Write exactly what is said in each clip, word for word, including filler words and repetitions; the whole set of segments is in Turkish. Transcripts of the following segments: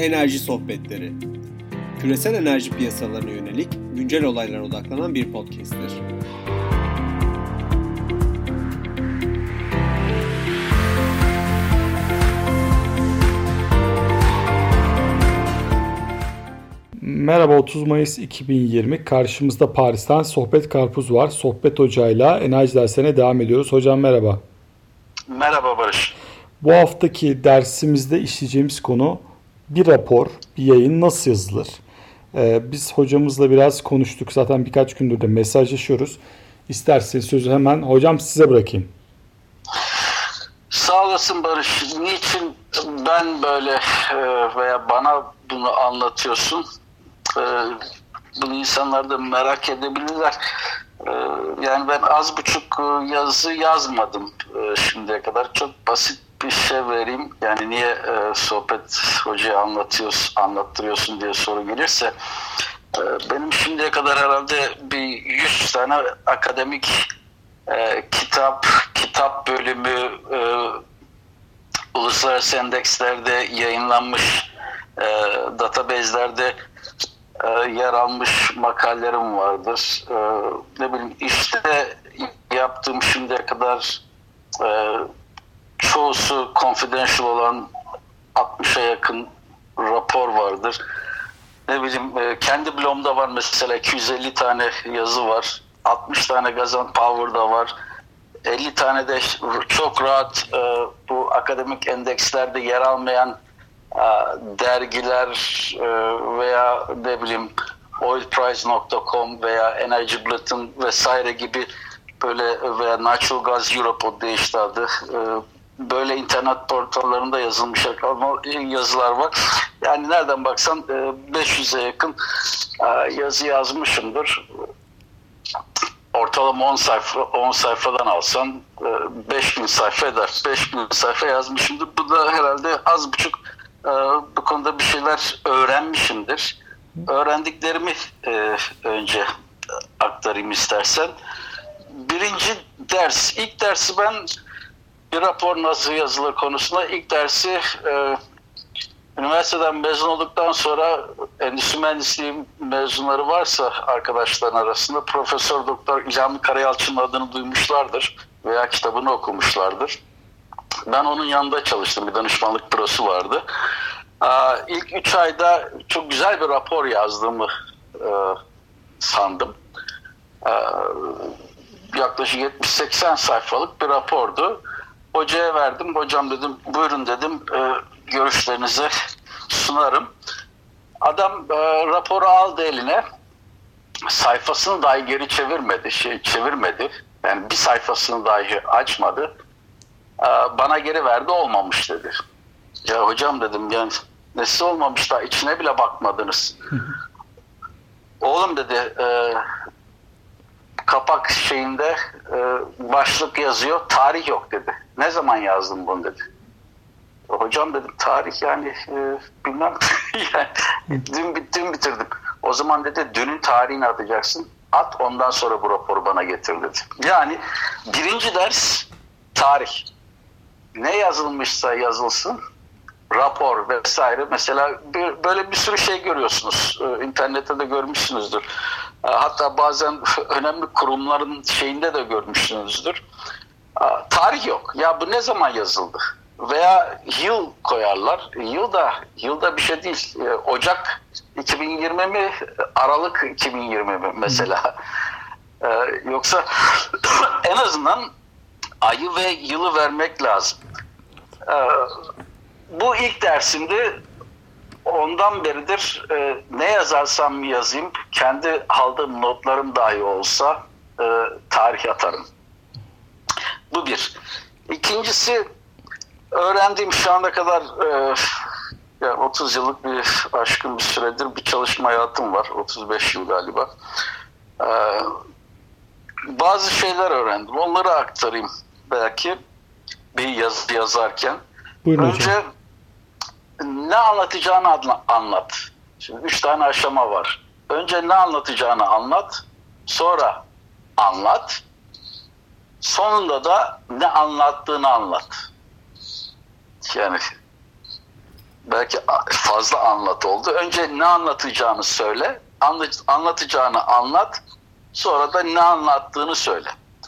Enerji Sohbetleri. Küresel enerji piyasalarına yönelik güncel olaylara odaklanan bir podcast'tir. Merhaba, otuz Mayıs iki bin yirmi. Karşımızda Paris'ten Sohbet Karpuz var. Sohbet Hoca'yla enerji derslerine devam ediyoruz. Hocam merhaba. Merhaba Barış. Bu haftaki dersimizde işleyeceğimiz konu bir rapor, bir yayın nasıl yazılır? Ee, biz hocamızla biraz konuştuk. Zaten birkaç gündür de mesajlaşıyoruz. İsterseniz sözü hemen hocam size bırakayım. Sağ olasın Barış. Niçin ben böyle veya bana bunu anlatıyorsun? Bunu insanlar da merak edebilirler. Yani ben az buçuk yazı yazmadım şimdiye kadar. Çok basit bir şey vereyim. Yani niye sohbet hocaya anlatıyorsun, anlattırıyorsun diye soru gelirse. Benim şimdiye kadar herhalde bir yüz tane akademik kitap, kitap bölümü, uluslararası endekslerde yayınlanmış, database'lerde yer almış makalelerim vardır. Ne bileyim işte yaptığım şimdiye kadar çoğusu confidential olan altmışa yakın rapor vardır. Ne bileyim kendi blogumda var mesela iki yüz elli tane yazı var. altmış tane Gazan Power'da var. elli tane de çok rahat bu akademik endekslerde yer almayan dergiler veya ne bileyim oilprice nokta com veya Energy Bulletin vesaire gibi böyle veya Natural Gas Europe o değişti adı. Böyle internet portallarında yazılmış yazılar var. Yani nereden baksan beş yüze yakın yazı yazmışımdır. Ortalama on sayfa, on sayfadan alsan beş bin sayfa eder. beş bin sayfa yazmışımdır. Bu da herhalde az buçuk bu konuda bir şeyler öğrenmişimdir. Öğrendiklerimi önce aktarayım istersen. Birinci ders, ilk dersi ben bir rapor nasıl yazılır konusunda ilk dersi e, üniversiteden mezun olduktan sonra endüstri mühendisliği mezunları varsa arkadaşların arasında Profesör Doktor İlhami Karayalçı'nın adını duymuşlardır veya kitabını okumuşlardır. Ben onun yanında çalıştım. Bir danışmanlık bürosu vardı. Ee, ilk üç ayda çok güzel bir rapor yazdığımı e, sandım. Ee, yaklaşık yetmiş seksen sayfalık bir rapordu. Hocaya verdim. Hocam dedim, buyurun dedim, e, görüşlerinizi sunarım. Adam e, raporu aldı eline. Sayfasını dahi geri çevirmedi. Şey çevirmedi. Yani bir sayfasını dahi açmadı. E, bana geri verdi, olmamış dedi. Ya hocam dedim, yani nesi olmamış, daha içine bile bakmadınız. Oğlum dedi, e, kapak şeyinde e, başlık yazıyor, tarih yok dedi. Ne zaman yazdın bunu dedi. Hocam dedim, tarih yani e, bilmem yani dün, dün bitirdim. O zaman dedi, dünün tarihini atacaksın. At, ondan sonra bu raporu bana getir dedi. Yani birinci ders tarih. Ne yazılmışsa yazılsın, rapor vesaire. Mesela bir, böyle bir sürü şey görüyorsunuz. Ee, internette de görmüşsünüzdür. Ee, hatta bazen önemli kurumların şeyinde de görmüşsünüzdür. Ee, tarih yok. Ya bu ne zaman yazıldı? Veya yıl koyarlar. Yıl da, yıl da bir şey değil. Ee, Ocak iki bin yirmi mi? Aralık iki bin yirmi mi mesela? Ee, yoksa en azından ayı ve yılı vermek lazım. Ee, bu ilk dersimde, ondan beridir e, ne yazarsam yazayım, kendi aldığım notlarım dahi olsa e, tarih atarım. Bu bir. İkincisi, öğrendiğim şu ana kadar e, yani otuz yıllık bir aşkın bir süredir bir çalışma hayatım var. otuz beş yıl galiba. E, bazı şeyler öğrendim. Onları aktarayım belki bir yazı yazarken. Buyurun Önce hocam. Ne anlatacağını anlat. Şimdi üç tane aşama var. Önce ne anlatacağını anlat. Sonra anlat. Sonunda da ne anlattığını anlat. Yani belki fazla anlat oldu. Önce ne anlatacağını söyle, anlatacağını anlat, sonra da ne anlattığını söyle.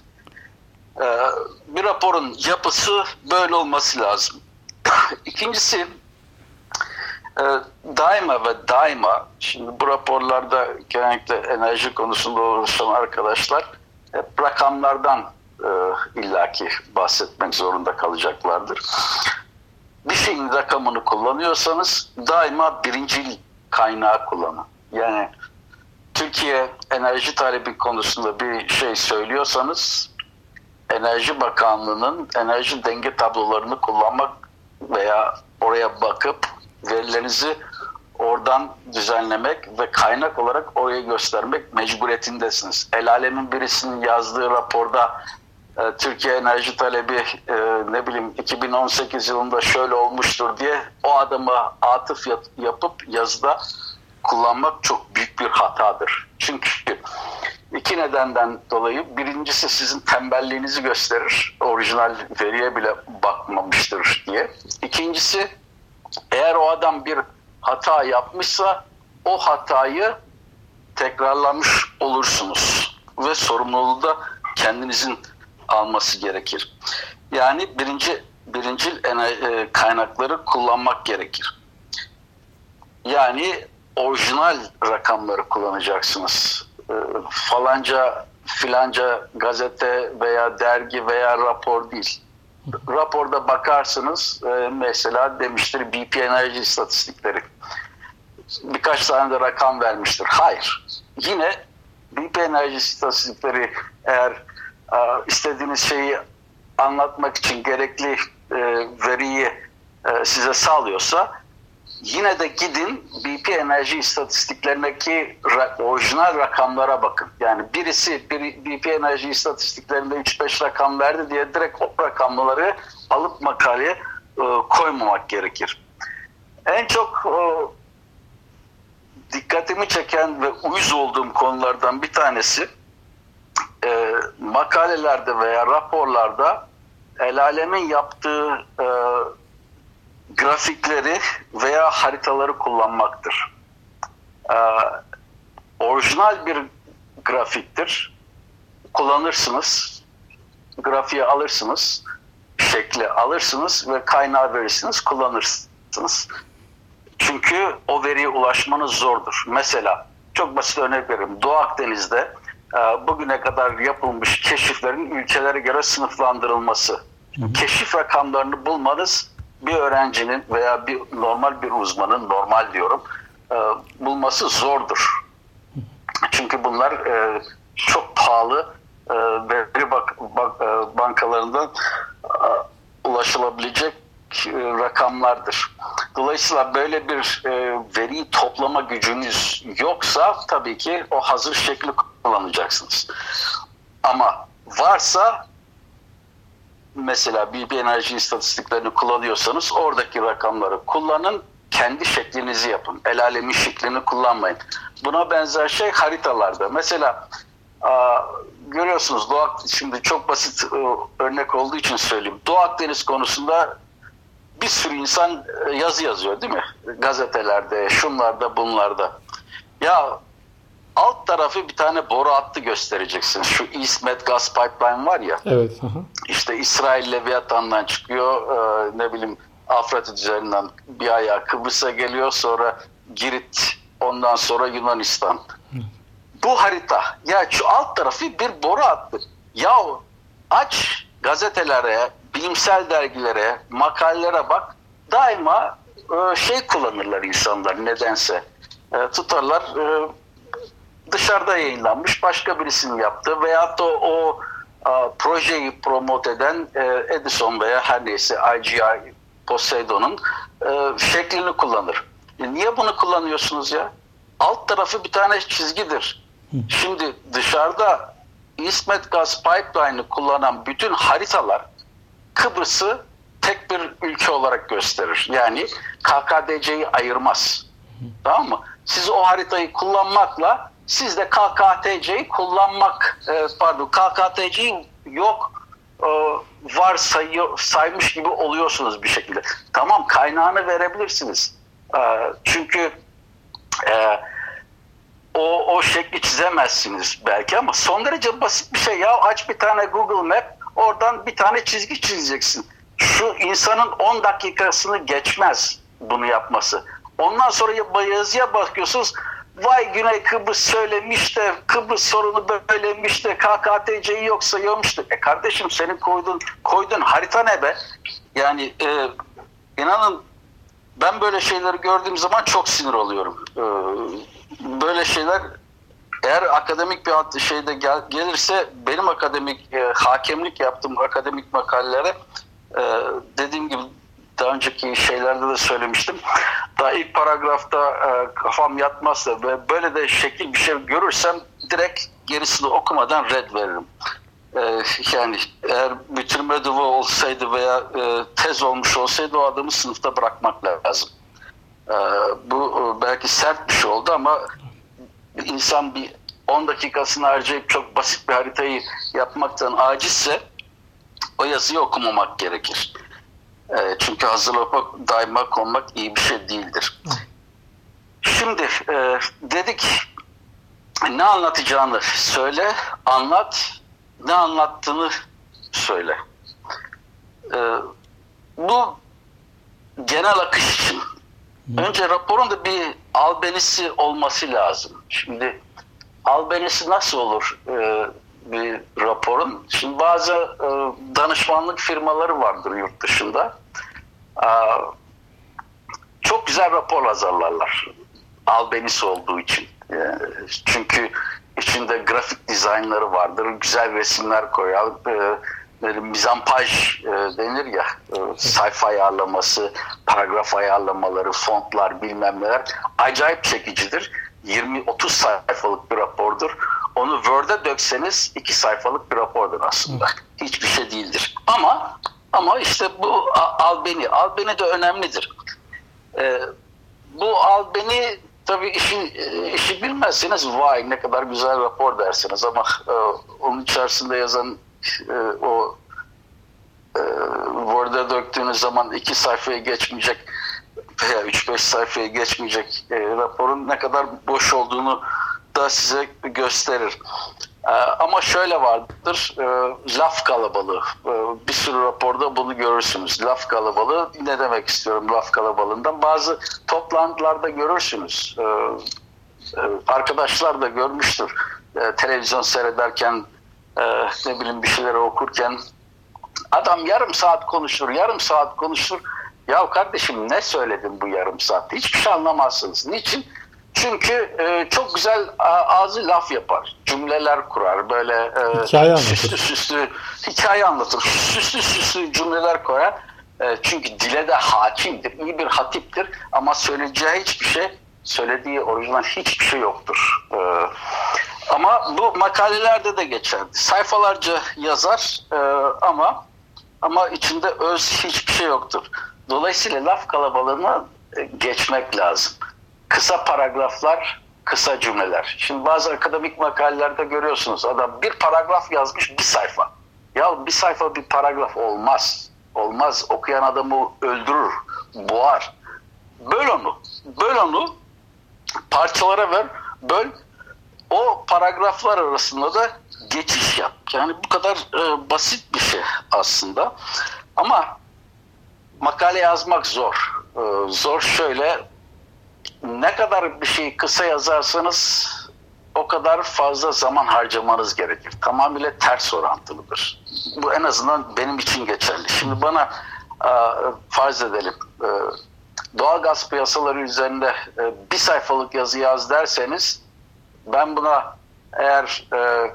Bir raporun yapısı böyle olması lazım. İkincisi, daima ve daima, şimdi bu raporlarda genellikle enerji konusunda uğraşan arkadaşlar hep rakamlardan e, illaki bahsetmek zorunda kalacaklardır. Bir şeyin rakamını kullanıyorsanız daima birincil kaynağı kullanın. Yani Türkiye enerji talebi konusunda bir şey söylüyorsanız Enerji Bakanlığı'nın enerji denge tablolarını kullanmak veya oraya bakıp verilerinizi oradan düzenlemek ve kaynak olarak oraya göstermek mecburiyetindesiniz. El alemin birisinin yazdığı raporda e, Türkiye enerji talebi e, ne bileyim iki bin on sekiz yılında şöyle olmuştur diye o adama atıf yap, yapıp yazıda kullanmak çok büyük bir hatadır. Çünkü iki nedenden dolayı, birincisi sizin tembelliğinizi gösterir. Orijinal veriye bile bakmamıştır diye. İkincisi, eğer o adam bir hata yapmışsa o hatayı tekrarlamış olursunuz. Ve sorumluluğu da kendinizin alması gerekir. Yani birinci birincil kaynakları kullanmak gerekir. Yani orijinal rakamları kullanacaksınız. Falanca filanca gazete veya dergi veya rapor değil. Raporda bakarsınız, mesela demiştir B P enerji istatistikleri. Birkaç tane de rakam vermiştir. Hayır. Yine B P enerji istatistikleri eğer istediğiniz şeyi anlatmak için gerekli veriyi size sağlıyorsa, yine de gidin B P enerji istatistiklerindeki orijinal rakamlara bakın. Yani birisi bir B P enerji istatistiklerinde üç beş rakam verdi diye direkt o rakamları alıp makaleye e, koymamak gerekir. En çok e, dikkatimi çeken ve uyuz olduğum konulardan bir tanesi, e, makalelerde veya raporlarda el alemin yaptığı e, grafikleri veya haritaları kullanmaktır. Ee, orijinal bir grafiktir. Kullanırsınız, grafiği alırsınız, şekli alırsınız ve kaynağı verirsiniz, kullanırsınız. Çünkü o veriye ulaşmanız zordur. Mesela çok basit örnek vereyim. Doğu Akdeniz'de e, bugüne kadar yapılmış keşiflerin ülkelere göre sınıflandırılması. Hı hı. Keşif rakamlarını bulmanız bir öğrencinin veya bir normal bir uzmanın, normal diyorum, e, bulması zordur. Çünkü bunlar e, çok pahalı e, veri bak, bak, e, bankalarından e, ulaşılabilecek e, rakamlardır. Dolayısıyla böyle bir e, veriyi toplama gücünüz yoksa tabii ki o hazır şekli kullanacaksınız. Ama varsa, mesela B P enerji istatistiklerini kullanıyorsanız oradaki rakamları kullanın, kendi şeklinizi yapın. El alemin şeklini kullanmayın. Buna benzer şey haritalarda. Mesela a, görüyorsunuz, Doğu Akdeniz, şimdi çok basit e, örnek olduğu için söyleyeyim. Doğu Akdeniz konusunda bir sürü insan e, yazı yazıyor değil mi? Gazetelerde, şunlarda, bunlarda. Ya alt tarafı bir tane boru hattı göstereceksin. Şu East Med Gas Pipeline var ya. Evet. Aha. İşte İsrail Leviathan'dan çıkıyor. E, ne bileyim Afratit üzerinden bir ayağı Kıbrıs'a geliyor. Sonra Girit, ondan sonra Yunanistan. Hı. Bu harita. Ya şu alt tarafı bir boru hattı. Ya aç gazetelere, bilimsel dergilere, makalelere bak. Daima e, şey kullanırlar insanlar nedense. E, tutarlar e, dışarıda yayınlanmış başka birisinin yaptığı veyahut da o, o a, projeyi promote eden e, Edison veya her neyse I G I Poseidon'un e, şeklini kullanır. E, niye bunu kullanıyorsunuz ya? Alt tarafı bir tane çizgidir. Hı. Şimdi dışarıda East Med Gas Pipeline'ı kullanan bütün haritalar Kıbrıs'ı tek bir ülke olarak gösterir. Yani K K D C'yi ayırmaz. Hı. Tamam mı? Siz o haritayı kullanmakla siz de K K T C'yi kullanmak, e, pardon K K T C yok e, varsayıyor, saymış gibi oluyorsunuz bir şekilde. Tamam, kaynağını verebilirsiniz. E, çünkü e, o, o şekli çizemezsiniz belki ama son derece basit bir şey. Ya aç bir tane Google Map, oradan bir tane çizgi çizeceksin. Şu insanın on dakikasını geçmez bunu yapması. Ondan sonra yazıya bakıyorsunuz. Vay Güney Kıbrıs söylemiş de Kıbrıs sorunu böylemiş de K K T C'yi yok sayıyormuş da. E kardeşim, senin koyduğun, koyduğun harita ne be? Yani e, inanın ben böyle şeyleri gördüğüm zaman çok sinir oluyorum. E, böyle şeyler eğer akademik bir şeyde gel, gelirse benim akademik e, hakemlik yaptığım akademik makalelere e, dediğim gibi daha önceki şeylerde de söylemiştim. Daha ilk paragrafta e, kafam yatmazsa ve böyle de şekil bir şey görürsem direkt gerisini okumadan red veririm. E, yani eğer bitirme ödevi olsaydı veya e, tez olmuş olsaydı o adamı sınıfta bırakmak lazım. E, bu belki sert bir şey oldu ama insan bir on dakikasını harcayıp çok basit bir haritayı yapmaktan acizse o yazıyı okumamak gerekir. E, çünkü hazırlamak, daima konmak iyi bir şey değildir. Şimdi e, dedik ne anlatacağını söyle, anlat, ne anlattığını söyle. E, bu genel akış için. Önce raporun da bir albenisi olması lazım. Şimdi albenisi nasıl olur e, bir raporun? Şimdi bazı e, danışmanlık firmaları vardır yurt dışında. E, çok güzel rapor hazırlarlar. Albenisi olduğu için. E, çünkü içinde grafik dizaynları vardır. Güzel resimler koyar. E, mizampaj e, denir ya, e, sayfa ayarlaması, paragraf ayarlamaları, fontlar, bilmem neler acayip çekicidir. yirmi otuz sayfalık bir rapordur. Onu Word'e dökseniz iki sayfalık bir rapordur aslında. Hiçbir şey değildir. Ama ama işte bu albeni, albeni de önemlidir. E, bu albeni tabii işi, işi bilmezseniz vay ne kadar güzel rapor dersiniz ama e, onun içerisinde yazan e, o e, Word'e döktüğünüz zaman iki sayfaya geçmeyecek veya üç beş sayfaya geçmeyecek e, raporun ne kadar boş olduğunu da size gösterir. E, ama şöyle vardır, e, laf kalabalığı. E, bir sürü raporda bunu görürsünüz. Laf kalabalığı ne demek istiyorum laf kalabalığından? Bazı toplantılarda görürsünüz. E, e, arkadaşlar da görmüştür. E, televizyon seyrederken Ee, ne bileyim bir şeyleri okurken adam yarım saat konuşur, yarım saat konuşur. Ya kardeşim ne söyledin bu yarım saatte? Hiçbir şey anlamazsınız. Niçin? Çünkü e, çok güzel ağzı laf yapar. Cümleler kurar. Böyle e, hikaye anlatır. süslü süslü hikaye anlatır. Süslü süslü cümleler koyar. E, çünkü dile de hakimdir. İyi bir hatiptir. Ama söyleyeceği hiçbir şey, söylediği orijinal hiçbir şey yoktur. E, Ama bu makalelerde de geçerli. Sayfalarca yazar e, ama ama içinde öz hiçbir şey yoktur. Dolayısıyla laf kalabalığına e, geçmek lazım. Kısa paragraflar, kısa cümleler. Şimdi bazı akademik makalelerde görüyorsunuz adam bir paragraf yazmış bir sayfa. Ya bir sayfa bir paragraf olmaz. Olmaz. Okuyan adamı öldürür, boğar. Böl onu. Böl onu. Parçalara ver. Böl. O paragraflar arasında da geçiş yap. Yani bu kadar e, basit bir şey aslında. Ama makale yazmak zor. E, zor şöyle, ne kadar bir şeyi kısa yazarsanız o kadar fazla zaman harcamanız gerekir. Tamamıyla ters orantılıdır. Bu en azından benim için geçerli. Şimdi bana e, farz edelim e, doğalgaz piyasaları üzerinde e, bir sayfalık yazı yaz derseniz ben buna eğer e,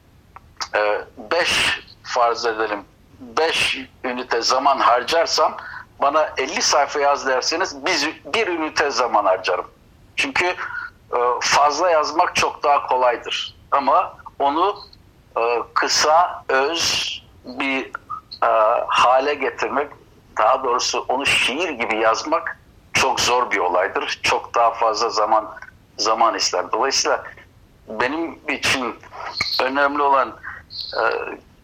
e, beş farz edelim beş ünite zaman harcarsam bana elli sayfa yaz derseniz bir, bir ünite zaman harcarım. Çünkü e, fazla yazmak çok daha kolaydır. Ama onu e, kısa, öz bir e, hale getirmek, daha doğrusu onu şiir gibi yazmak çok zor bir olaydır. Çok daha fazla zaman zaman ister. Dolayısıyla benim için önemli olan e,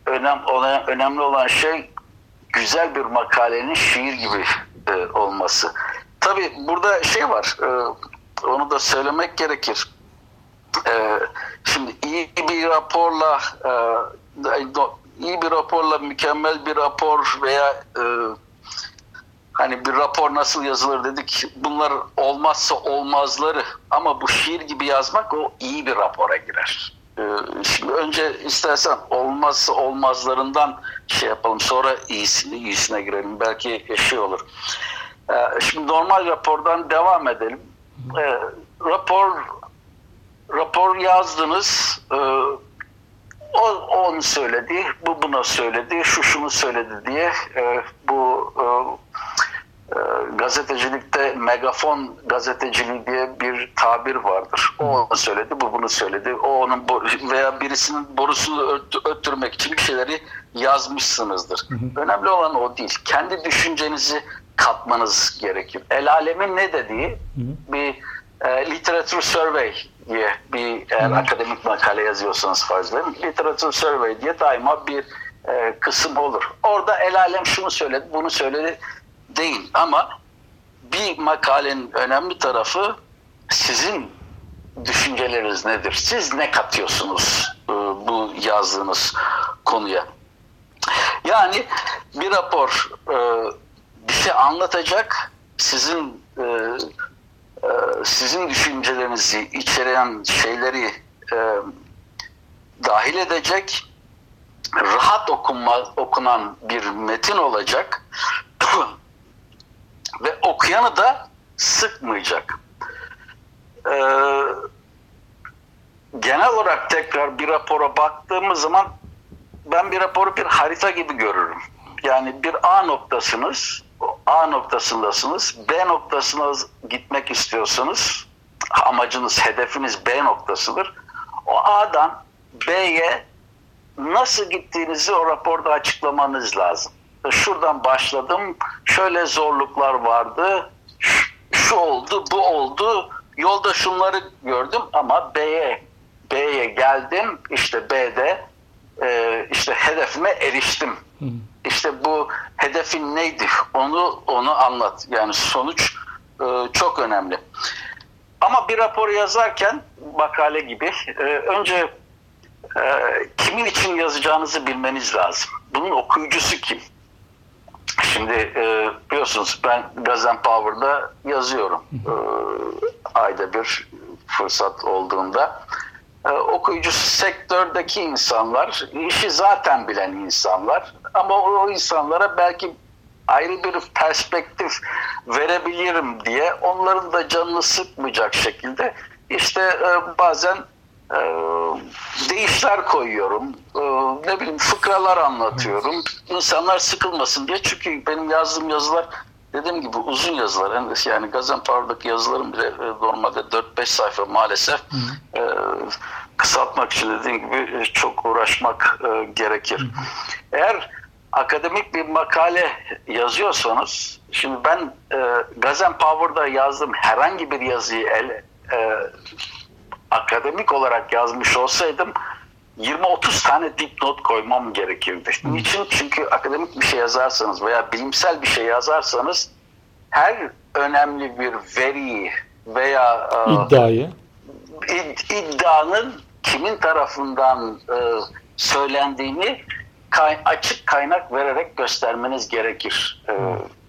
önem olan, önemli olan şey güzel bir makalenin şiir gibi e, olması. Tabii burada şey var, e, onu da söylemek gerekir. E, şimdi iyi bir raporla e, iyi bir raporla mükemmel bir rapor veya e, hani bir rapor nasıl yazılır dedik, bunlar olmazsa olmazları, ama bu şiir gibi yazmak o iyi bir rapora girer. Ee, şimdi önce istersen olmazsa olmazlarından şey yapalım, sonra iyisini iyisine girelim, belki şey olur. Ee, şimdi normal rapordan devam edelim. Ee, rapor rapor yazdınız, ee, o onu söyledi, bu buna söyledi, şu şunu söyledi diye e, bu e, e, gazetecilikte megafon gazeteciliği diye bir tabir vardır. O onu söyledi, bu bunu söyledi. O onun veya birisinin borusunu öt, öttürmek için bir şeyleri yazmışsınızdır. Hı hı. Önemli olan o değil. Kendi düşüncenizi katmanız gerekir. El alemin ne dediği, hı hı, bir e, literature survey diye bir eğer hmm. akademik makale yazıyorsanız farzlayın, literature survey diye daima bir e, kısım olur. Orada el alem şunu söyledi, bunu söyledi değil, ama bir makalenin önemli tarafı sizin düşünceleriniz nedir? Siz ne katıyorsunuz e, bu yazdığınız konuya? Yani bir rapor e, bir şey anlatacak, sizin e, sizin düşüncelerinizi içeren şeyleri e, dahil edecek, rahat okunma, okunan bir metin olacak ve okuyanı da sıkmayacak. E, genel olarak tekrar bir rapora baktığımız zaman ben bir raporu bir harita gibi görürüm. Yani bir A noktasınız, A noktasındasınız, B noktasına gitmek istiyorsanız, amacınız, hedefiniz B noktasıdır. O A'dan B'ye nasıl gittiğinizi o raporda açıklamanız lazım. Şuradan başladım, şöyle zorluklar vardı, şu oldu, bu oldu, yolda şunları gördüm ama B'ye B'ye geldim, işte B'de e, işte hedefime eriştim. Hı. İşte bu hedefin neydi? Onu onu anlat. Yani sonuç e, çok önemli. Ama bir rapor yazarken makale gibi e, önce e, kimin için yazacağınızı bilmeniz lazım. Bunun okuyucusu kim? Şimdi e, biliyorsunuz ben Gazem Power'da yazıyorum. E, ayda bir fırsat olduğunda. E, okuyucusu sektördeki insanlar, işi zaten bilen insanlar. Ama o insanlara belki ayrı bir perspektif verebilirim diye onların da canını sıkmayacak şekilde işte e, bazen e, deyişler koyuyorum. E, ne bileyim fıkralar anlatıyorum. İnsanlar sıkılmasın diye. Çünkü benim yazdığım yazılar dediğim gibi uzun yazılar. Yani Gazem Power'daki yazılarım bile e, normalde dört beş sayfa maalesef. E, kısaltmak için dediğim gibi çok uğraşmak e, gerekir. Hı hı. Eğer akademik bir makale yazıyorsanız, şimdi ben e, Gazem Power'da yazdığım herhangi bir yazıyı el, e, akademik olarak yazmış olsaydım yirmi otuz tane dipnot koymam gerekirdi. Hı. Niçin? Çünkü akademik bir şey yazarsanız veya bilimsel bir şey yazarsanız her önemli bir veriyi veya e, iddiayı id, iddianın kimin tarafından e, söylendiğini kay, açık kaynak vererek göstermeniz gerekir. E,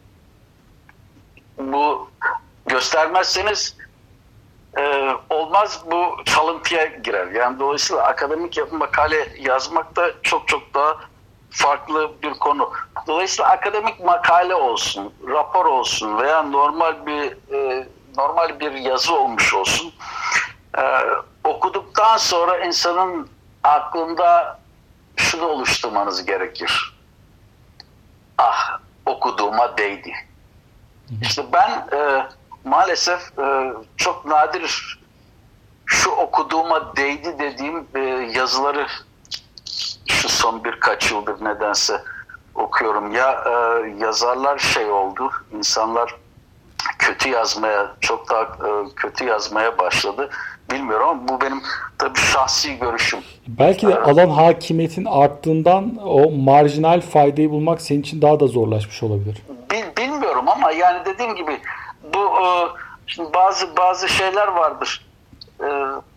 bu göstermezseniz e, olmaz, bu çalıntıya girer. Yani dolayısıyla akademik makale yazmak da çok çok daha farklı bir konu. Dolayısıyla akademik makale olsun, rapor olsun veya normal bir e, normal bir yazı olmuş olsun. E, okuduktan sonra insanın aklında şunu oluşturmanız gerekir. Ah, okuduğuma değdi. İşte ben e, maalesef e, çok nadir şu okuduğuma değdi dediğim e, yazıları şu son birkaç yıldır nedense okuyorum. Ya e, yazarlar şey oldu, insanlar kötü yazmaya, çok daha e, kötü yazmaya başladı. Bilmiyorum ama bu benim tabii şahsi görüşüm. Belki de alan hakimiyetin arttığından o marjinal faydayı bulmak senin için daha da zorlaşmış olabilir. Bil, bilmiyorum ama yani dediğim gibi bu e, şimdi bazı bazı şeyler vardır. E,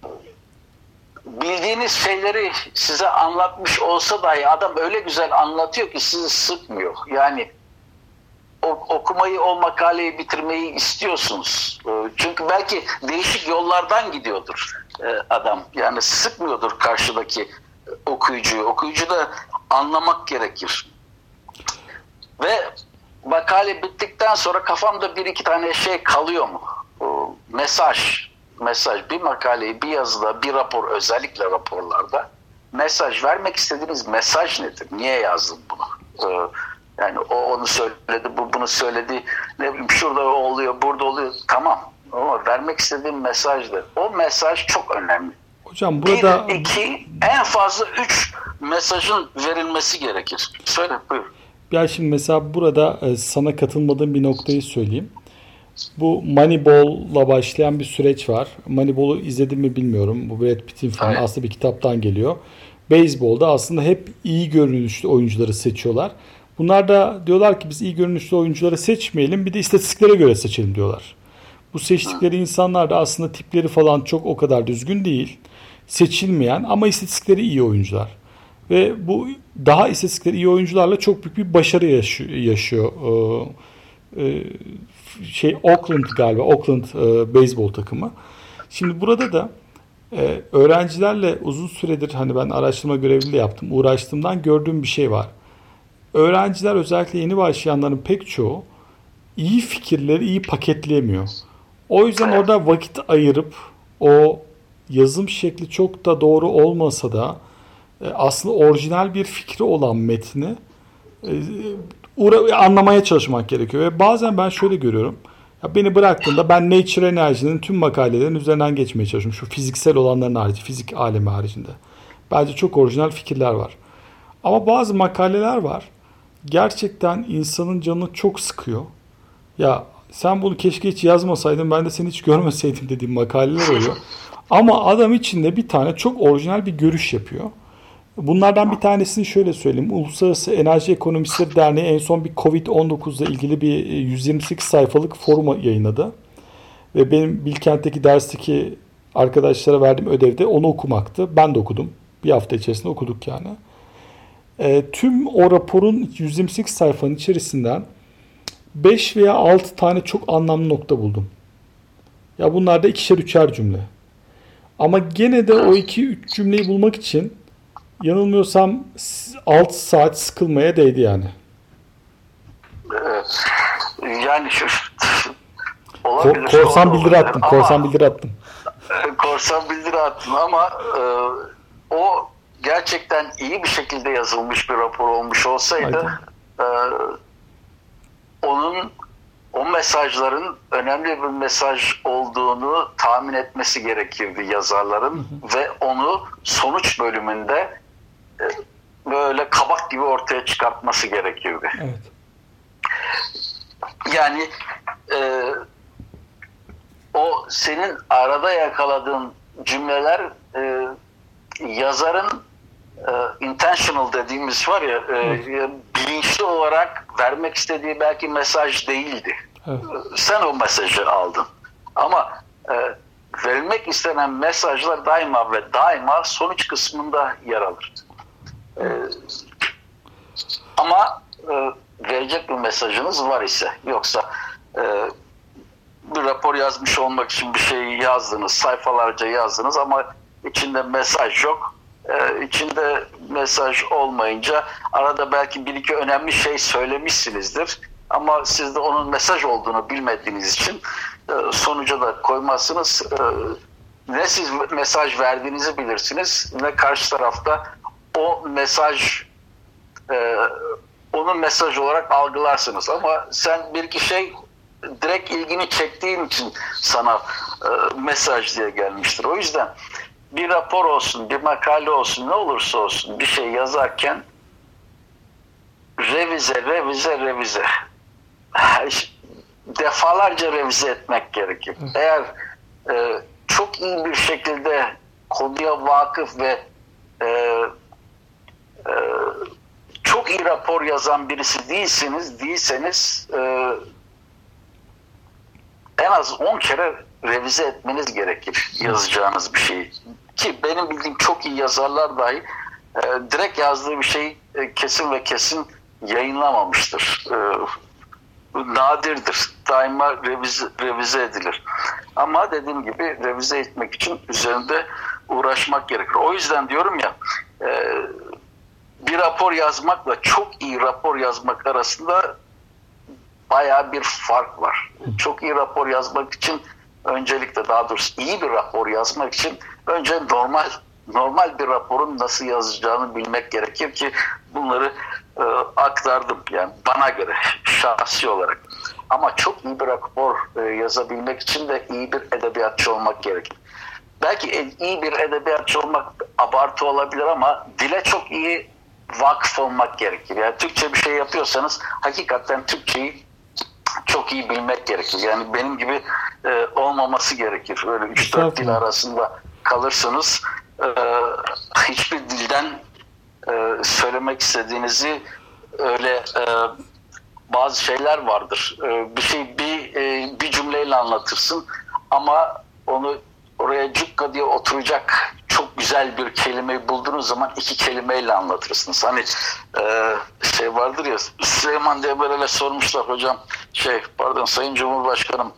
bildiğiniz şeyleri size anlatmış olsa dahi adam öyle güzel anlatıyor ki sizi sıkmıyor. Yani okumayı, o makaleyi bitirmeyi istiyorsunuz. Çünkü belki değişik yollardan gidiyordur adam. Yani sıkmıyordur karşıdaki okuyucuyu. Okuyucu da anlamak gerekir. Ve makale bittikten sonra kafamda bir iki tane şey kalıyor mu? Mesaj. Mesaj. Bir makaleyi, bir yazıda, bir rapor, özellikle raporlarda mesaj vermek istediğiniz mesaj nedir? Niye yazdın bunu? Yani o onu söyledi, bu bunu söyledi, ne bileyim şurada oluyor, burada oluyor. Tamam ama vermek istediğim mesajdı. O mesaj çok önemli. Hocam burada... Bir, iki, en fazla üç mesajın verilmesi gerekir. Söyle, buyur. Ya şimdi mesela burada sana katılmadığım bir noktayı söyleyeyim. Bu Moneyball'la başlayan bir süreç var. Moneyball'u izledim mi bilmiyorum. Bu Brad Pitt'in filmi aslında bir kitaptan geliyor. Beyzbolda aslında hep iyi görünüşlü oyuncuları seçiyorlar. Bunlar da diyorlar ki biz iyi görünüşlü oyuncuları seçmeyelim, bir de istatistiklere göre seçelim diyorlar. Bu seçtikleri insanlar da aslında tipleri falan çok o kadar düzgün değil. Seçilmeyen ama istatistikleri iyi oyuncular. Ve bu daha istatistikleri iyi oyuncularla çok büyük bir başarı yaşıyor. yaşıyor. Ee, e, şey Oakland galiba, Oakland e, beyzbol takımı. Şimdi burada da e, öğrencilerle uzun süredir hani ben araştırma görevliliği yaptım, uğraştığımdan gördüğüm bir şey var. Öğrenciler özellikle yeni başlayanların pek çoğu iyi fikirleri iyi paketleyemiyor. O yüzden orada vakit ayırıp o yazım şekli çok da doğru olmasa da aslında orijinal bir fikri olan metni anlamaya çalışmak gerekiyor. Ve bazen ben şöyle görüyorum. Ya beni bıraktığında ben Nature Energy'nin tüm makalelerin üzerinden geçmeye çalışıyorum. Şu fiziksel olanların harici, fizik alemi haricinde. Bence çok orijinal fikirler var. Ama bazı makaleler var. Gerçekten insanın canını çok sıkıyor. Ya sen bunu keşke hiç yazmasaydın, ben de seni hiç görmeseydim dediğim makaleler oluyor. Ama adam içinde bir tane çok orijinal bir görüş yapıyor. Bunlardan bir tanesini şöyle söyleyeyim. Uluslararası Enerji Ekonomistleri Derneği en son bir covid on dokuz ile ilgili bir yüz yirmi sekiz sayfalık forum yayınladı. Ve benim Bilkent'teki dersteki arkadaşlara verdiğim ödevde onu okumaktı. Ben de okudum. Bir hafta içerisinde okuduk yani. E, tüm o raporun yüz yirmi sekiz sayfanın içerisinden beş veya altı tane çok anlamlı nokta buldum. Ya bunlar da ikişer üçer cümle. Ama gene de o iki üç cümleyi bulmak için yanılmıyorsam altı saat sıkılmaya değdi yani. Evet. Yani şu olabilir. Ko- korsan bildiri attım. Ama, korsan bildiri attım. korsan bildiri attım ama e, o gerçekten iyi bir şekilde yazılmış bir rapor olmuş olsaydı e, onun o mesajların önemli bir mesaj olduğunu tahmin etmesi gerekirdi yazarların, hı hı. Ve onu sonuç bölümünde e, böyle kabak gibi ortaya çıkartması gerekirdi. Evet. Yani e, o senin arada yakaladığın cümleler e, yazarın e, intentional dediğimiz var ya, e, bilinçli olarak vermek istediği belki mesaj değildi. Evet. Sen o mesajı aldın. Ama e, verilmek istenen mesajlar daima ve daima sonuç kısmında yer alır. E, ama e, verecek bir mesajınız var ise, yoksa e, bir rapor yazmış olmak için bir şey yazdınız, sayfalarca yazdınız ama içinde mesaj yok. Ee, içinde mesaj olmayınca arada belki bir iki önemli şey söylemişsinizdir ama siz de onun mesaj olduğunu bilmediğiniz için e, sonuca da koymazsınız. E, ne siz mesaj verdiğinizi bilirsiniz, ne karşı tarafta o mesaj e, onun mesaj olarak algılarsınız ama sen bir iki şey direkt ilgini çektiğin için sana e, mesaj diye gelmiştir. O yüzden bir rapor olsun, bir makale olsun, ne olursa olsun bir şey yazarken revize, revize, revize. Defalarca revize etmek gerekir. Eğer e, çok çok iyi bir şekilde konuya vakıf ve e, e, çok iyi rapor yazan birisi değilseniz, değilseniz e, en az on kere revize etmeniz gerekir yazacağınız bir şeyi. Ki benim bildiğim çok iyi yazarlar dahi e, direkt yazdığı bir şey e, kesin ve kesin yayınlamamıştır. E, nadirdir. Daima revize, revize edilir. Ama dediğim gibi revize etmek için üzerinde uğraşmak gerekir. O yüzden diyorum ya e, bir rapor yazmakla çok iyi rapor yazmak arasında bayağı bir fark var. Çok iyi rapor yazmak için öncelikle, daha doğrusu iyi bir rapor yazmak için önce normal normal bir raporun nasıl yazacağını bilmek gerekir ki bunları e, aktardım yani bana göre şahsi olarak. Ama çok iyi bir rapor e, yazabilmek için de iyi bir edebiyatçı olmak gerekir. Belki iyi bir edebiyatçı olmak abartı olabilir ama dile çok iyi vakıf olmak gerekir. Yani Türkçe bir şey yapıyorsanız hakikaten Türkçeyi çok iyi bilmek gerekir. Yani benim gibi e, olmaması gerekir. Böyle üç dört dil arasında kalırsınız. E, hiçbir dilden e, söylemek istediğinizi öyle e, bazı şeyler vardır. E, bir şey bir e, bir cümleyle anlatırsın ama onu oraya cukka diye oturacak çok güzel bir kelimeyi bulduğunuz zaman iki kelimeyle anlatırsınız. Hani e, şey vardır ya, Süleyman Demirel'e sormuşlar hocam şey pardon Sayın Cumhurbaşkanım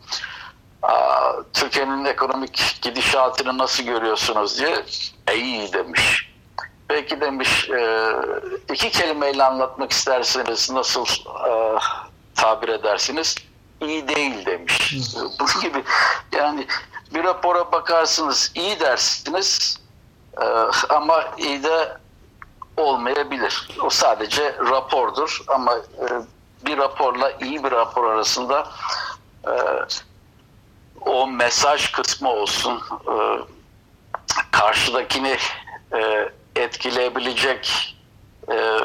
aa, Türkiye'nin ekonomik gidişatını nasıl görüyorsunuz diye e, iyi demiş. Peki demiş e, iki kelimeyle anlatmak isterseniz nasıl e, tabir edersiniz? İyi değil demiş. Bunun gibi yani bir rapora bakarsınız iyi dersiniz e, ama iyi de olmayabilir. O sadece rapordur ama e, bir raporla iyi bir rapor arasında e, o mesaj kısmı olsun, e, karşıdakini e, etkileyebilecek e,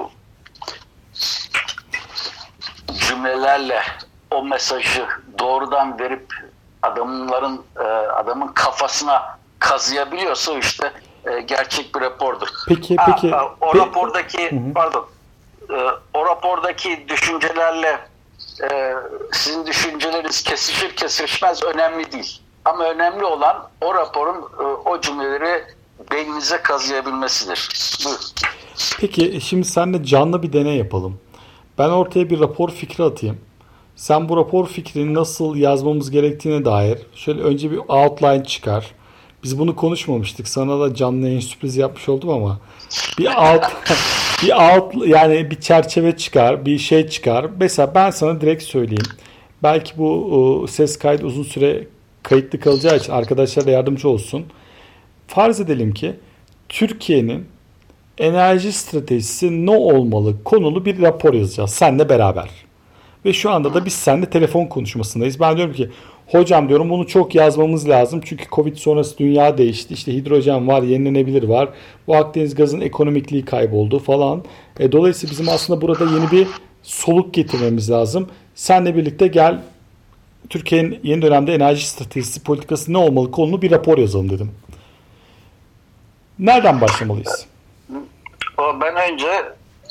cümlelerle o mesajı doğrudan verip adamların e, adamın kafasına kazıyabiliyorsa işte e, gerçek bir rapordur. Peki ha, peki. Ha, o Pe- rapordaki Hı hı. pardon e, o rapordaki düşüncelerle e, sizin düşünceleriniz kesişir kesişmez önemli değil. Ama önemli olan o raporun e, o cümleleri beyninize kazıyabilmesidir. Buyur. Peki şimdi seninle canlı bir deney yapalım. Ben ortaya bir rapor fikri atayım. Sen bu rapor fikrini nasıl yazmamız gerektiğine dair şöyle önce bir outline çıkar. Biz bunu konuşmamıştık. Sana da canlı yayın sürprizi yapmış oldum ama bir alt bir alt yani bir çerçeve çıkar, bir şey çıkar. Mesela ben sana direkt söyleyeyim. Belki bu ses kaydı uzun süre kayıtlı kalacağı için arkadaşlar da yardımcı olsun. Farz edelim ki Türkiye'nin enerji stratejisi ne olmalı konulu bir rapor yazacağız seninle beraber. Ve şu anda da biz seninle telefon konuşmasındayız. Ben diyorum ki hocam diyorum bunu çok yazmamız lazım. Çünkü Covid sonrası dünya değişti. İşte hidrojen var, yenilenebilir var. Bu Akdeniz gazın ekonomikliği kayboldu falan. E, dolayısıyla bizim aslında burada yeni bir soluk getirmemiz lazım. Seninle birlikte gel Türkiye'nin yeni dönemde enerji stratejisi politikası ne olmalı konulu bir rapor yazalım dedim. Nereden başlamalıyız? Ben önce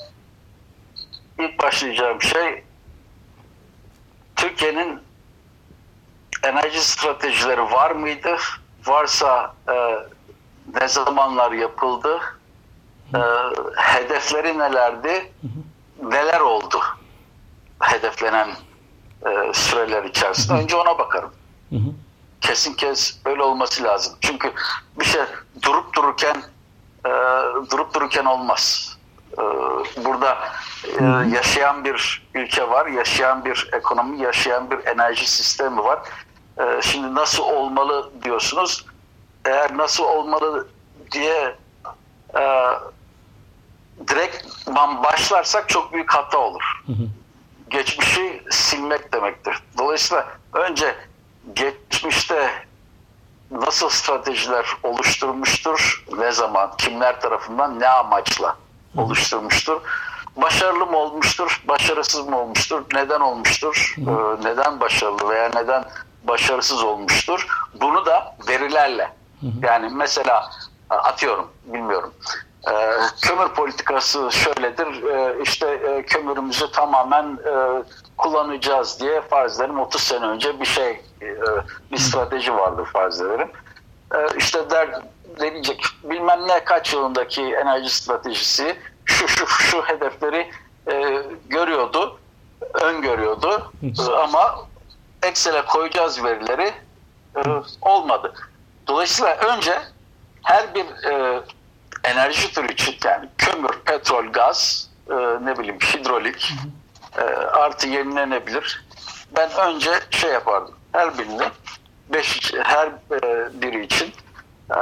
ilk başlayacağım şey Türkiye'nin enerji stratejileri var mıydı? Varsa e, ne zamanlar yapıldı? E, hedefleri nelerdi? Neler oldu? Hedeflenen e, süreler içerisinde. Önce ona bakarım. Kesin kes öyle olması lazım. Çünkü bir şey durup dururken e, durup dururken olmaz. E, burada e, yaşayan bir ülke var, yaşayan bir ekonomi, yaşayan bir enerji sistemi var. E, şimdi nasıl olmalı diyorsunuz. Eğer nasıl olmalı diye e, direkt başlarsak çok büyük hata olur. Hı hı. Geçmişi silmek demektir. Dolayısıyla önce geçmişte nasıl stratejiler oluşturmuştur, ne zaman, kimler tarafından, ne amaçla oluşturmuştur, başarılı mı olmuştur, başarısız mı olmuştur, neden olmuştur, ee, neden başarılı veya neden başarısız olmuştur. Bunu da verilerle. Hı hı. Yani mesela atıyorum, bilmiyorum. Ee, kömür politikası şöyledir. Ee, işte e, kömürümüzü tamamen e, kullanacağız diye farz edelim otuz sene önce bir şey, e, bir strateji vardır farz edelim. Ee, işte der, denilecek bilmem ne kaç yılındaki enerji stratejisi şu şu şu hedefleri e, görüyordu, öngörüyordu. E, ama Excel'e koyacağız verileri e, olmadı. Dolayısıyla önce her bir e, enerji türü için, yani kömür, petrol, gaz, e, ne bileyim hidrolik, e, artı yenilenebilir. Ben önce şey yapardım. Her birini, beş, her e, biri için e,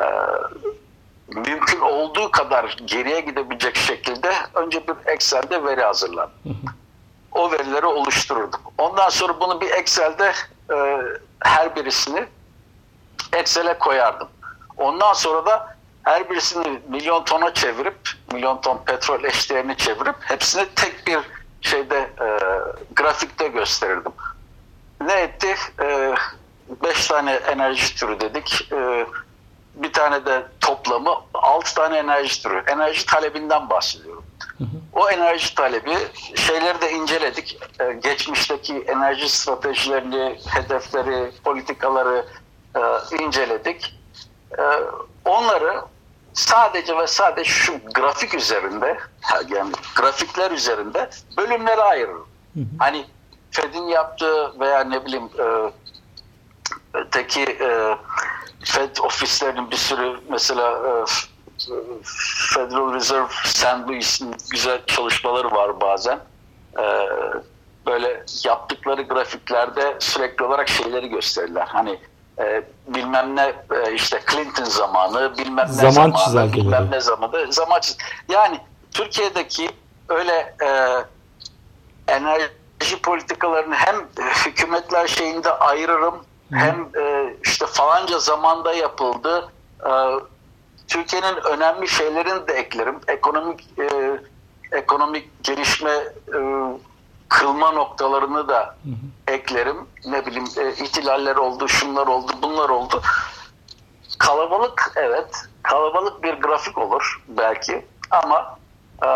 mümkün olduğu kadar geriye gidebilecek şekilde önce bir Excel'de veri hazırlardım. O verileri oluştururdum. Ondan sonra bunu bir Excel'de e, her birisini Excel'e koyardım. Ondan sonra da her birisini milyon tona çevirip, milyon ton petrol eşdeğerini çevirip hepsini tek bir şeyde e, grafikte gösterirdim. Ne etti? E, beş tane enerji türü dedik. E, bir tane de toplamı altı tane enerji türü. Enerji talebinden bahsediyorum. Hı hı. O enerji talebi şeyleri de inceledik. E, geçmişteki enerji stratejilerini, hedefleri, politikaları e, inceledik. E, onları sadece ve sadece şu grafik üzerinde, yani grafikler üzerinde bölümlere ayırırım. Hı hı. Hani Fed'in yaptığı veya ne bileyim e, öteki e, Fed ofislerinin bir sürü mesela e, Federal Reserve Saint Louis'in güzel çalışmaları var bazen. E, böyle yaptıkları grafiklerde sürekli olarak şeyleri gösterirler. Hani e, bilmem ne e, işte Clinton zamanı, bilmem ne zaman zamanı, çizelgeleri. bilmem ne zamanı, zaman çiz- Yani Türkiye'deki öyle e, enerji politikalarını hem hükümetler şeyinde ayırırım, Hı. hem e, işte falanca zamanda yapıldı. E, Türkiye'nin önemli şeylerini de eklerim. Ekonomik e, ekonomik gelişme e, kırılma noktalarını da hı hı. eklerim. Ne bileyim e, ihtilaller oldu, şunlar oldu, bunlar oldu. Kalabalık, evet. Kalabalık bir grafik olur belki ama e,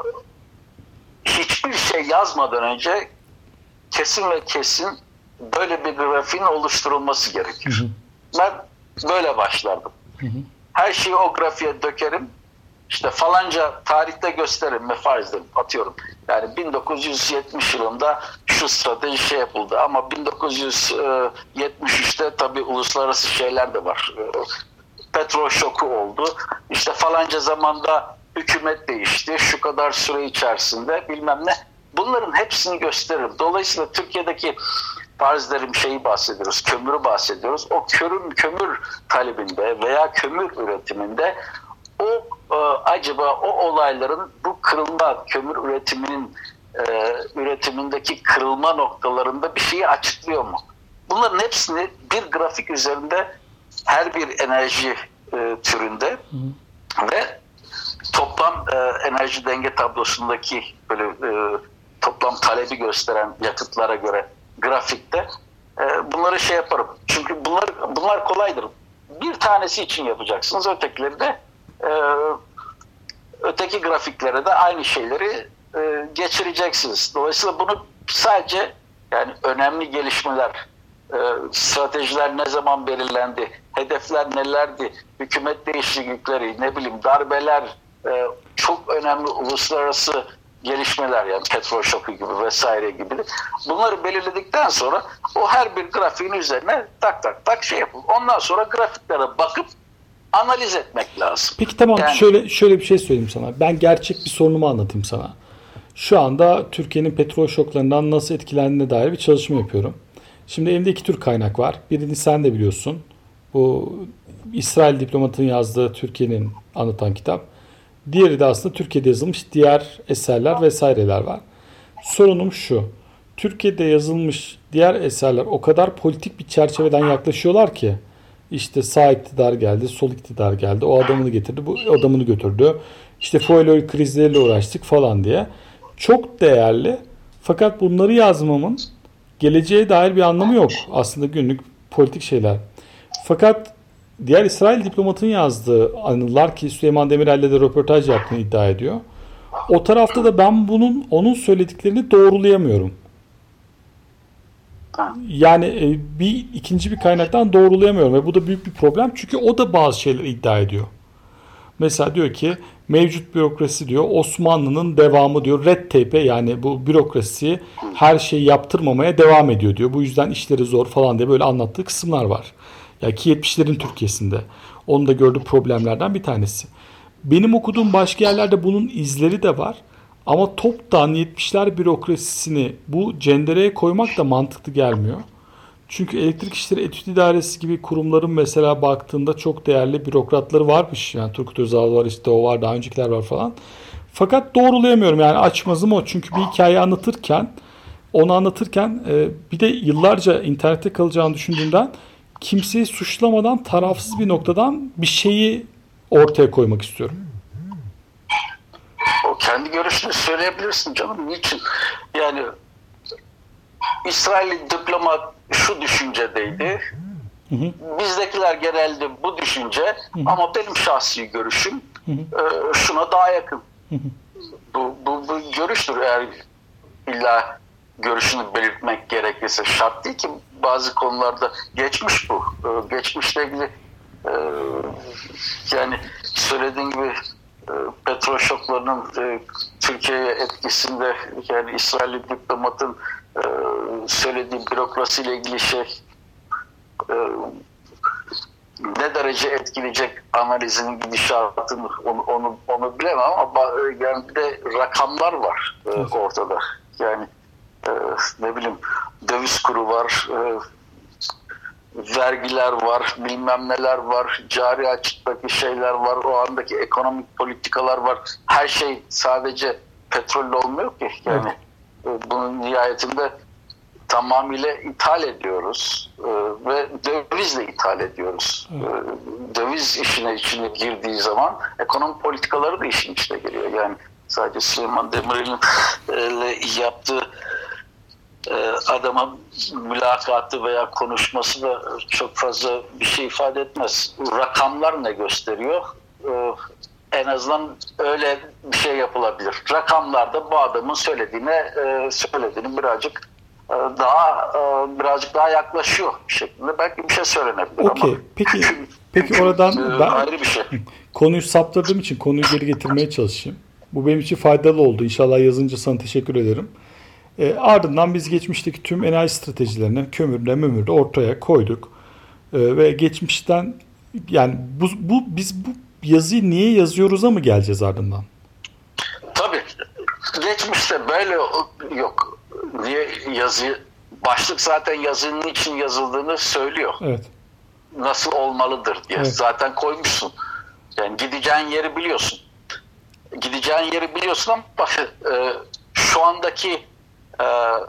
hiçbir şey yazmadan önce kesin ve kesin böyle bir grafiğin oluşturulması gerekir. Hı hı. Ben böyle başlardım. Hı hı. Her şeyi o grafiğe dökerim. İşte falanca tarihte gösteririm ve farz edelim, atıyorum. Yani bin dokuz yüz yetmiş yılında şu strateji şey yapıldı ama bin dokuz yüz yetmiş üçte tabii uluslararası şeyler de var. Petrol şoku oldu. İşte falanca zamanda hükümet değişti. Şu kadar süre içerisinde bilmem ne. Bunların hepsini gösteririm. Dolayısıyla Türkiye'deki farz ederim şeyi bahsediyoruz, kömürü bahsediyoruz. O kömür, kömür talebinde veya kömür üretiminde o e, acaba o olayların bu kırılma, kömür üretiminin e, üretimindeki kırılma noktalarında bir şeyi açıklıyor mu? Bunların hepsini bir grafik üzerinde her bir enerji e, türünde Hı. ve toplam e, enerji denge tablosundaki böyle e, toplam talebi gösteren yakıtlara göre grafikte e, bunları şey yaparım. Çünkü bunlar bunlar kolaydır. Bir tanesi için yapacaksınız. Ötekileri de e, öteki grafiklere de aynı şeyleri e, geçireceksiniz. Dolayısıyla bunu sadece yani önemli gelişmeler, e, stratejiler ne zaman belirlendi, hedefler nelerdi, hükümet değişiklikleri, ne bileyim darbeler, e, çok önemli uluslararası gelişmeler yani petrol şoku gibi vesaire gibi. Bunları belirledikten sonra o her bir grafiğin üzerine tak tak tak şey yapılır. Ondan sonra grafiklere bakıp analiz etmek lazım. Peki tamam yani, şöyle şöyle bir şey söyleyeyim sana. Ben gerçek bir sorunumu anlatayım sana. Şu anda Türkiye'nin petrol şoklarından nasıl etkilendiğine dair bir çalışma yapıyorum. Şimdi elimde iki tür kaynak var. Birini sen de biliyorsun. Bu İsrail diplomatının yazdığı Türkiye'nin anlatan kitap. Diğeri de aslında Türkiye'de yazılmış diğer eserler vesaireler var. Sorunum şu. Türkiye'de yazılmış diğer eserler o kadar politik bir çerçeveden yaklaşıyorlar ki işte sağ iktidar geldi, sol iktidar geldi. O adamını getirdi, bu adamını götürdü. İşte fuel krizleriyle uğraştık falan diye. Çok değerli. Fakat bunları yazmamın geleceğe dair bir anlamı yok. Aslında günlük politik şeyler. Fakat diğer İsrail diplomatının yazdığı anılar ki Süleyman Demirel'le de röportaj yaptığını iddia ediyor. O tarafta da ben bunun onun söylediklerini doğrulayamıyorum. Yani bir ikinci bir kaynaktan doğrulayamıyorum ve bu da büyük bir problem çünkü o da bazı şeyler iddia ediyor. Mesela diyor ki mevcut bürokrasi diyor Osmanlı'nın devamı diyor red tape yani bu bürokrasi her şeyi yaptırmamaya devam ediyor diyor. Bu yüzden işleri zor falan diye böyle anlattığı kısımlar var. Ya ki yetmişlerin Türkiye'sinde. Onun da gördüğü problemlerden bir tanesi. Benim okuduğum başka yerlerde bunun izleri de var. Ama toptan yetmişler bürokrasisini bu cendereye koymak da mantıklı gelmiyor. Çünkü Elektrik İşleri Etüt İdaresi gibi kurumların mesela baktığında çok değerli bürokratları varmış. Yani Turgut Özal var işte o var daha öncekiler var falan. Fakat doğrulayamıyorum yani açmazım o. Çünkü bir hikaye anlatırken onu anlatırken bir de yıllarca internette kalacağını düşündüğümden kimseyi suçlamadan tarafsız bir noktadan bir şeyi ortaya koymak istiyorum. O kendi görüşünü söyleyebilirsin canım. Niçin? Yani İsrail diplomat şu düşüncedeydi. Hı hı. Bizdekiler genelde bu düşünce hı hı. Ama benim şahsi görüşüm hı hı. E, şuna daha yakın. Hı hı. Bu, bu, bu görüştür. Eğer illa görüşünü belirtmek gerekirse şart değil ki bazı konularda geçmiş bu. E, geçmişle ilgili e, yani söylediğin gibi e, petrol şoklarının e, Türkiye'ye etkisinde yani İsrail diplomatın e, söylediği bürokrasiyle ilgili şey e, ne derece etkileyecek analizinin gidişatını onu, onu, onu bilemem ama yani bir de rakamlar var e, ortada. Yani e, ne bileyim döviz kuru var, e, vergiler var, bilmem neler var, cari açıktaki şeyler var, o andaki ekonomik politikalar var. Her şey sadece petrolle olmuyor ki. Yani evet. Bunun nihayetinde tamamıyla ithal ediyoruz e, ve dövizle ithal ediyoruz. Evet. E, döviz işine içine girdiği zaman ekonomi politikaları da işin içine giriyor. Yani sadece Süleyman Demirel'in e, yaptığı e, adama mülakatı veya konuşması da çok fazla bir şey ifade etmez. Rakamlar ne gösteriyor? E, en azından öyle bir şey yapılabilir. Rakamlarda bu adamın söylediğine e, söylediğini birazcık daha birazcık daha yaklaşıyor bir şekilde. Belki bir şey söylenebilir okay. ama. Peki, peki oradan ben ayrı bir şey. Konuyu saptırdığım için konuyu geri getirmeye çalışayım. Bu benim için faydalı oldu. İnşallah yazınca sana teşekkür ederim. E, ardından biz geçmişteki tüm enerji stratejilerini kömürle mümürle ortaya koyduk. E, ve geçmişten yani bu, bu biz bu yazıyı niye yazıyoruz'a mı geleceğiz ardından? Tabii. Geçmişte böyle yok. Niye yazı başlık zaten yazının için yazıldığını söylüyor. Evet. Nasıl olmalıdır diye. Evet. Zaten koymuşsun. Yani gideceğin yeri biliyorsun. Gideceğin yeri biliyorsun ama e, şu andaki e,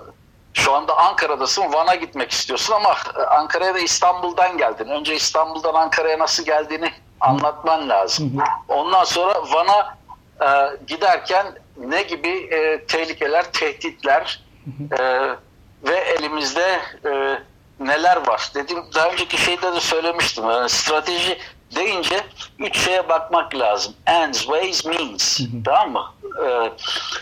şu anda Ankara'dasın, Van'a gitmek istiyorsun ama Ankara'ya da İstanbul'dan geldin. Önce İstanbul'dan Ankara'ya nasıl geldiğini anlatman lazım. Hı hı. Ondan sonra Van'a e, giderken ne gibi e, tehlikeler, tehditler e, ve elimizde e, neler var? Dediğim daha önceki şeyde de söylemiştim. Yani strateji deyince üç şeye bakmak lazım. Ends, ways, means. Hı hı. Tamam mı? E,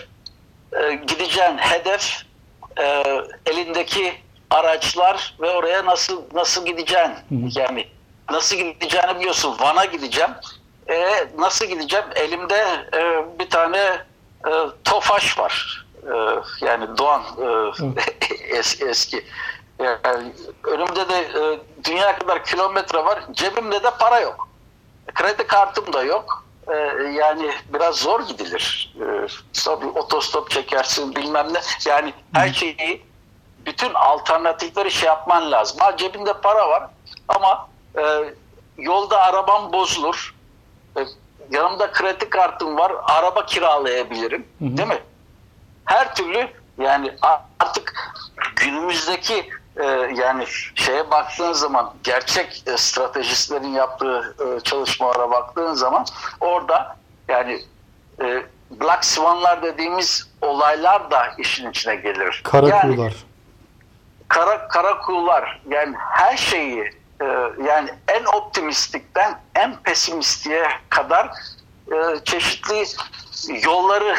e, gideceğin hedef, e, elindeki araçlar ve oraya nasıl nasıl gideceğin. Hı hı. Yani nasıl gideceğini biliyorsun. Van'a gideceğim. E, nasıl gideceğim? Elimde e, bir tane e, Tofaş var. E, yani Doğan e, es, eski. Yani önümde de e, dünya kadar kilometre var. Cebimde de para yok. Kredi kartım da yok. E, yani biraz zor gidilir. E, tabii otostop çekersin bilmem ne. Yani her şeyi bütün alternatifleri şey yapman lazım. Ha, cebinde para var ama e, yolda arabam bozulur. E, yanımda kredi kartım var. Araba kiralayabilirim. Hı hı. Değil mi? Her türlü yani artık günümüzdeki e, yani şeye baktığın zaman gerçek e, stratejistlerin yaptığı e, çalışmalara baktığın zaman orada yani e, Black Swan'lar dediğimiz olaylar da işin içine gelir. Kara yani, kuğular. kara kara kuğular, yani her şeyi, e, yani en optimistikten en pesimistiğe kadar e, çeşitli yolları,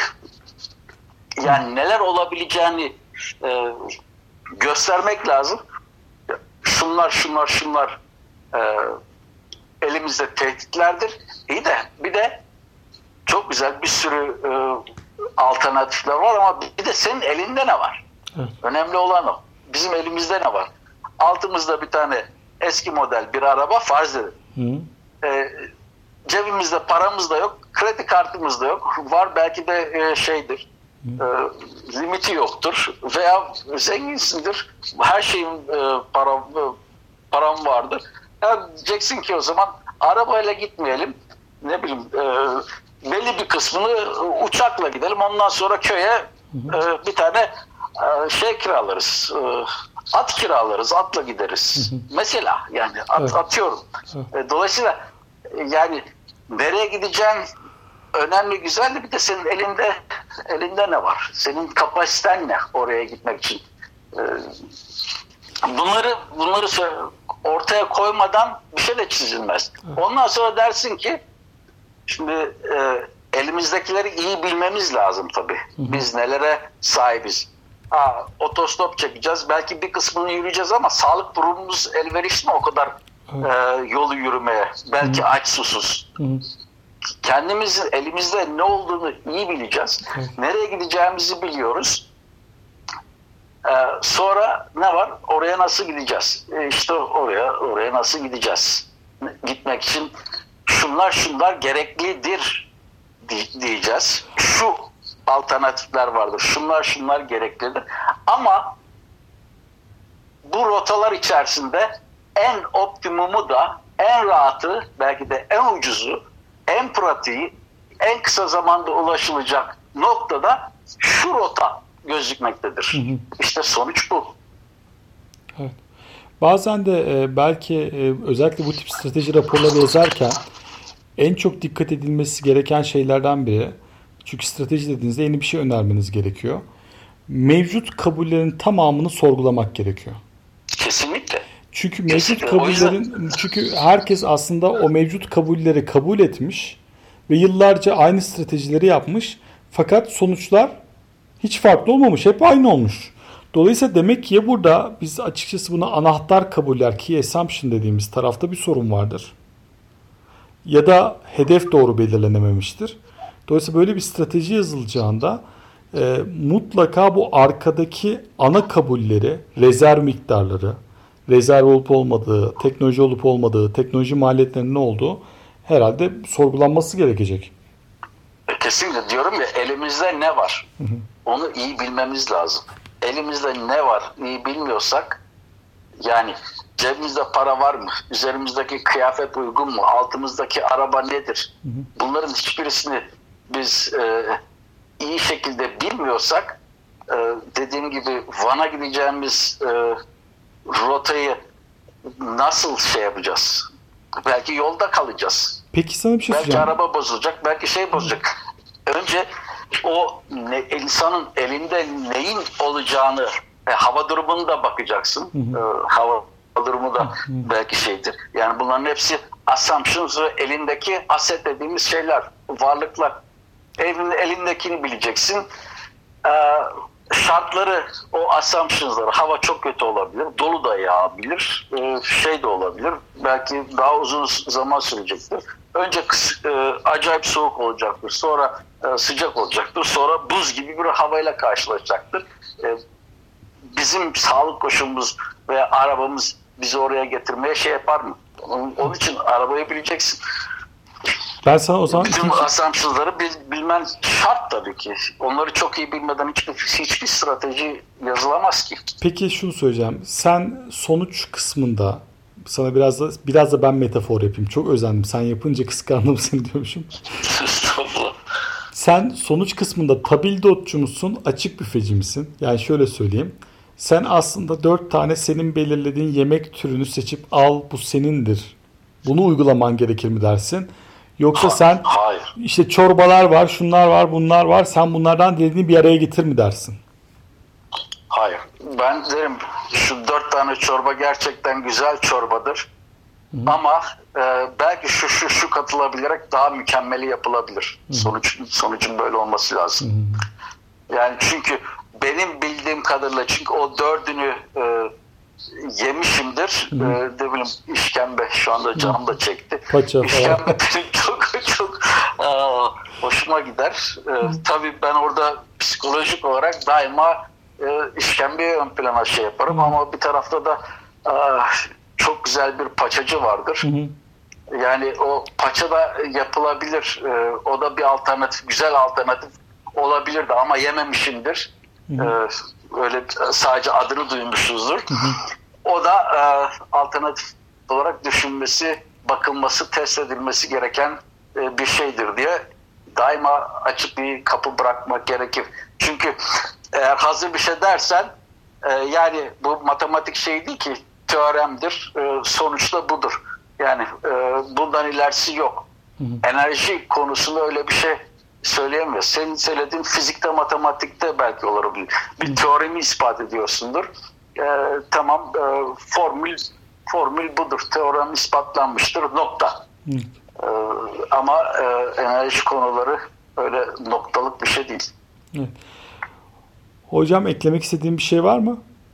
yani neler olabileceğini e, göstermek lazım. Şunlar şunlar şunlar e, elimizde tehditlerdir. İyi de bir de çok güzel bir sürü e, alternatifler var ama bir de senin elinde ne var? Evet. Önemli olan o. Bizim elimizde ne var? Altımızda bir tane eski model bir araba farz edelim. E, cebimizde paramız da yok, kredi kartımız da yok. Var belki de e, şeydir, e, limiti yoktur veya zenginsindir. Her şeyin e, param, e, param vardır. Ya diyeceksin ki o zaman arabayla gitmeyelim. Ne bileyim e, belli bir kısmını uçakla gidelim. Ondan sonra köye e, bir tane e, şey kiralarız. E, at kiralarız. Atla gideriz. Mesela yani at, Evet. atıyorum. Evet. E, dolayısıyla e, yani nereye gideceğin önemli, güzel de bir de senin elinde elinde ne var? Senin kapasiten ne oraya gitmek için? E, bunları bunları ortaya koymadan bir şey de çizilmez. Ondan sonra dersin ki şimdi e, elimizdekileri iyi bilmemiz lazım tabii. Biz nelere sahibiz? Ha, otostop çekeceğiz. Belki bir kısmını yürüyeceğiz ama sağlık durumumuz elverişli mi o kadar e, yolu yürümeye? Belki aç susuz. Kendimizin elimizde ne olduğunu iyi bileceğiz. Nereye gideceğimizi biliyoruz. Ee, sonra ne var? Oraya nasıl gideceğiz? Ee, işte oraya oraya nasıl gideceğiz? Gitmek için şunlar şunlar gereklidir diyeceğiz. Şu alternatifler vardır. Şunlar şunlar gereklidir. Ama bu rotalar içerisinde en optimumu da, en rahatı, belki de en ucuzu, en pratiği, en kısa zamanda ulaşılacak noktada şu rota gözükmektedir. Hı hı. İşte sonuç bu. Evet. Bazen de e, belki e, özellikle bu tip strateji raporları yazarken en çok dikkat edilmesi gereken şeylerden biri, çünkü strateji dediğinizde yeni bir şey önermeniz gerekiyor. Mevcut kabullerin tamamını sorgulamak gerekiyor. Kesinlikle. Çünkü mevcut Kesinlikle. kabullerin, çünkü herkes aslında o mevcut kabulleri kabul etmiş ve yıllarca aynı stratejileri yapmış. Fakat sonuçlar hiç farklı olmamış. Hep aynı olmuş. Dolayısıyla demek ki ya burada biz açıkçası buna anahtar kabuller, key assumption dediğimiz tarafta bir sorun vardır. Ya da hedef doğru belirlenememiştir. Dolayısıyla böyle bir strateji yazılacağında e, mutlaka bu arkadaki ana kabulleri, rezerv miktarları, rezerv olup olmadığı, teknoloji olup olmadığı, teknoloji maliyetlerinin ne olduğu herhalde sorgulanması gerekecek. Kesinlikle diyorum ya, elimizde ne var? Hı hı. Onu iyi bilmemiz lazım. Elimizde ne var? İyi bilmiyorsak, yani cebimizde para var mı? Üzerimizdeki kıyafet uygun mu? Altımızdaki araba nedir? Hı hı. Bunların hiçbirisini biz e, iyi şekilde bilmiyorsak, e, dediğim gibi Van'a gideceğimiz e, rotayı nasıl şey yapacağız? Belki yolda kalacağız. Peki sana bir şey belki söyleyeceğim. Araba bozulacak, belki şey bozacak. Önce o ne, insanın elinde neyin olacağını, e, hava durumunu da bakacaksın. Hı hı. E, hava durumu da hı hı. belki şeydir. Yani bunların hepsi assumptions ve elindeki asset dediğimiz şeyler, varlıklar. Elin, elindekini bileceksin. E, şartları, o assumptions'ları, hava çok kötü olabilir, dolu da yağabilir, e, şey de olabilir, belki daha uzun zaman sürecektir. Önce kıs, e, acayip soğuk olacaktır, sonra e, sıcak olacaktır, sonra buz gibi bir havayla karşılaşacaktır. E, bizim sağlık koşulumuz veya arabamız bizi oraya getirmeye şey yapar mı? Onun, onun için arabayı bileceksin. Ben sana o zaman bütün ikinci... assumptions'ları bil, bilmen şart tabii ki. Onları çok iyi bilmeden hiçbir, hiçbir strateji yazılamaz ki. Peki şunu söyleyeceğim. Sen sonuç kısmında, sana biraz da biraz da ben metafor yapayım. Çok özendim. Sen yapınca kıskandım seni diyormuşum. Estağfurullah. Sen sonuç kısmında tabildotçu musun, açık büfeci misin? Yani şöyle söyleyeyim. Sen aslında dört tane senin belirlediğin yemek türünü seçip al, bu senindir, bunu uygulaman gerekir mi dersin? Yoksa ha, sen hayır. işte çorbalar var, şunlar var, bunlar var, sen bunlardan dilediğini bir araya getir mi dersin? Hayır. ben derim şu dört tane çorba gerçekten güzel çorbadır. Hı. Ama e, belki şu şu şu katılabilerek daha mükemmeli yapılabilir. Hı. Sonuç sonucun böyle olması lazım. Hı. Yani çünkü benim bildiğim kadarıyla, çünkü o dördünü e, yemişimdir. Hı. E, ne bileyim, işkembe şu anda canım da çekti. Paça İşkembe benim çok çok aa, hoşuma gider. E, tabii ben orada psikolojik olarak daima e, işkembeyi ön plana şey yaparım. Hı. Ama bir tarafta da e, çok güzel bir paçacı vardır. Hı hı. Yani o paça da yapılabilir. Ee, o da bir alternatif, güzel alternatif olabilirdi ama yememişimdir. Hı hı. Ee, öyle sadece adını duymuşuzdur. Hı hı. O da e, alternatif olarak düşünmesi, bakılması, test edilmesi gereken e, bir şeydir diye daima açık bir kapı bırakmak gerekir. Çünkü eğer hazır bir şey dersen e, yani bu matematik şey değil ki, teoremdir. E, sonuçta budur. Yani e, bundan ilerisi yok. Hı hı. Enerji konusunda öyle bir şey söyleyemiyor. Senin söylediğin fizikte, matematikte belki olabilir. Bir hı. teoremi ispat ediyorsundur. E, tamam, e, formül formül budur. Teorem ispatlanmıştır. Nokta. Hı. E, ama e, enerji konuları öyle noktalık bir şey değil. Hı. Hocam, eklemek istediğin bir şey var mı?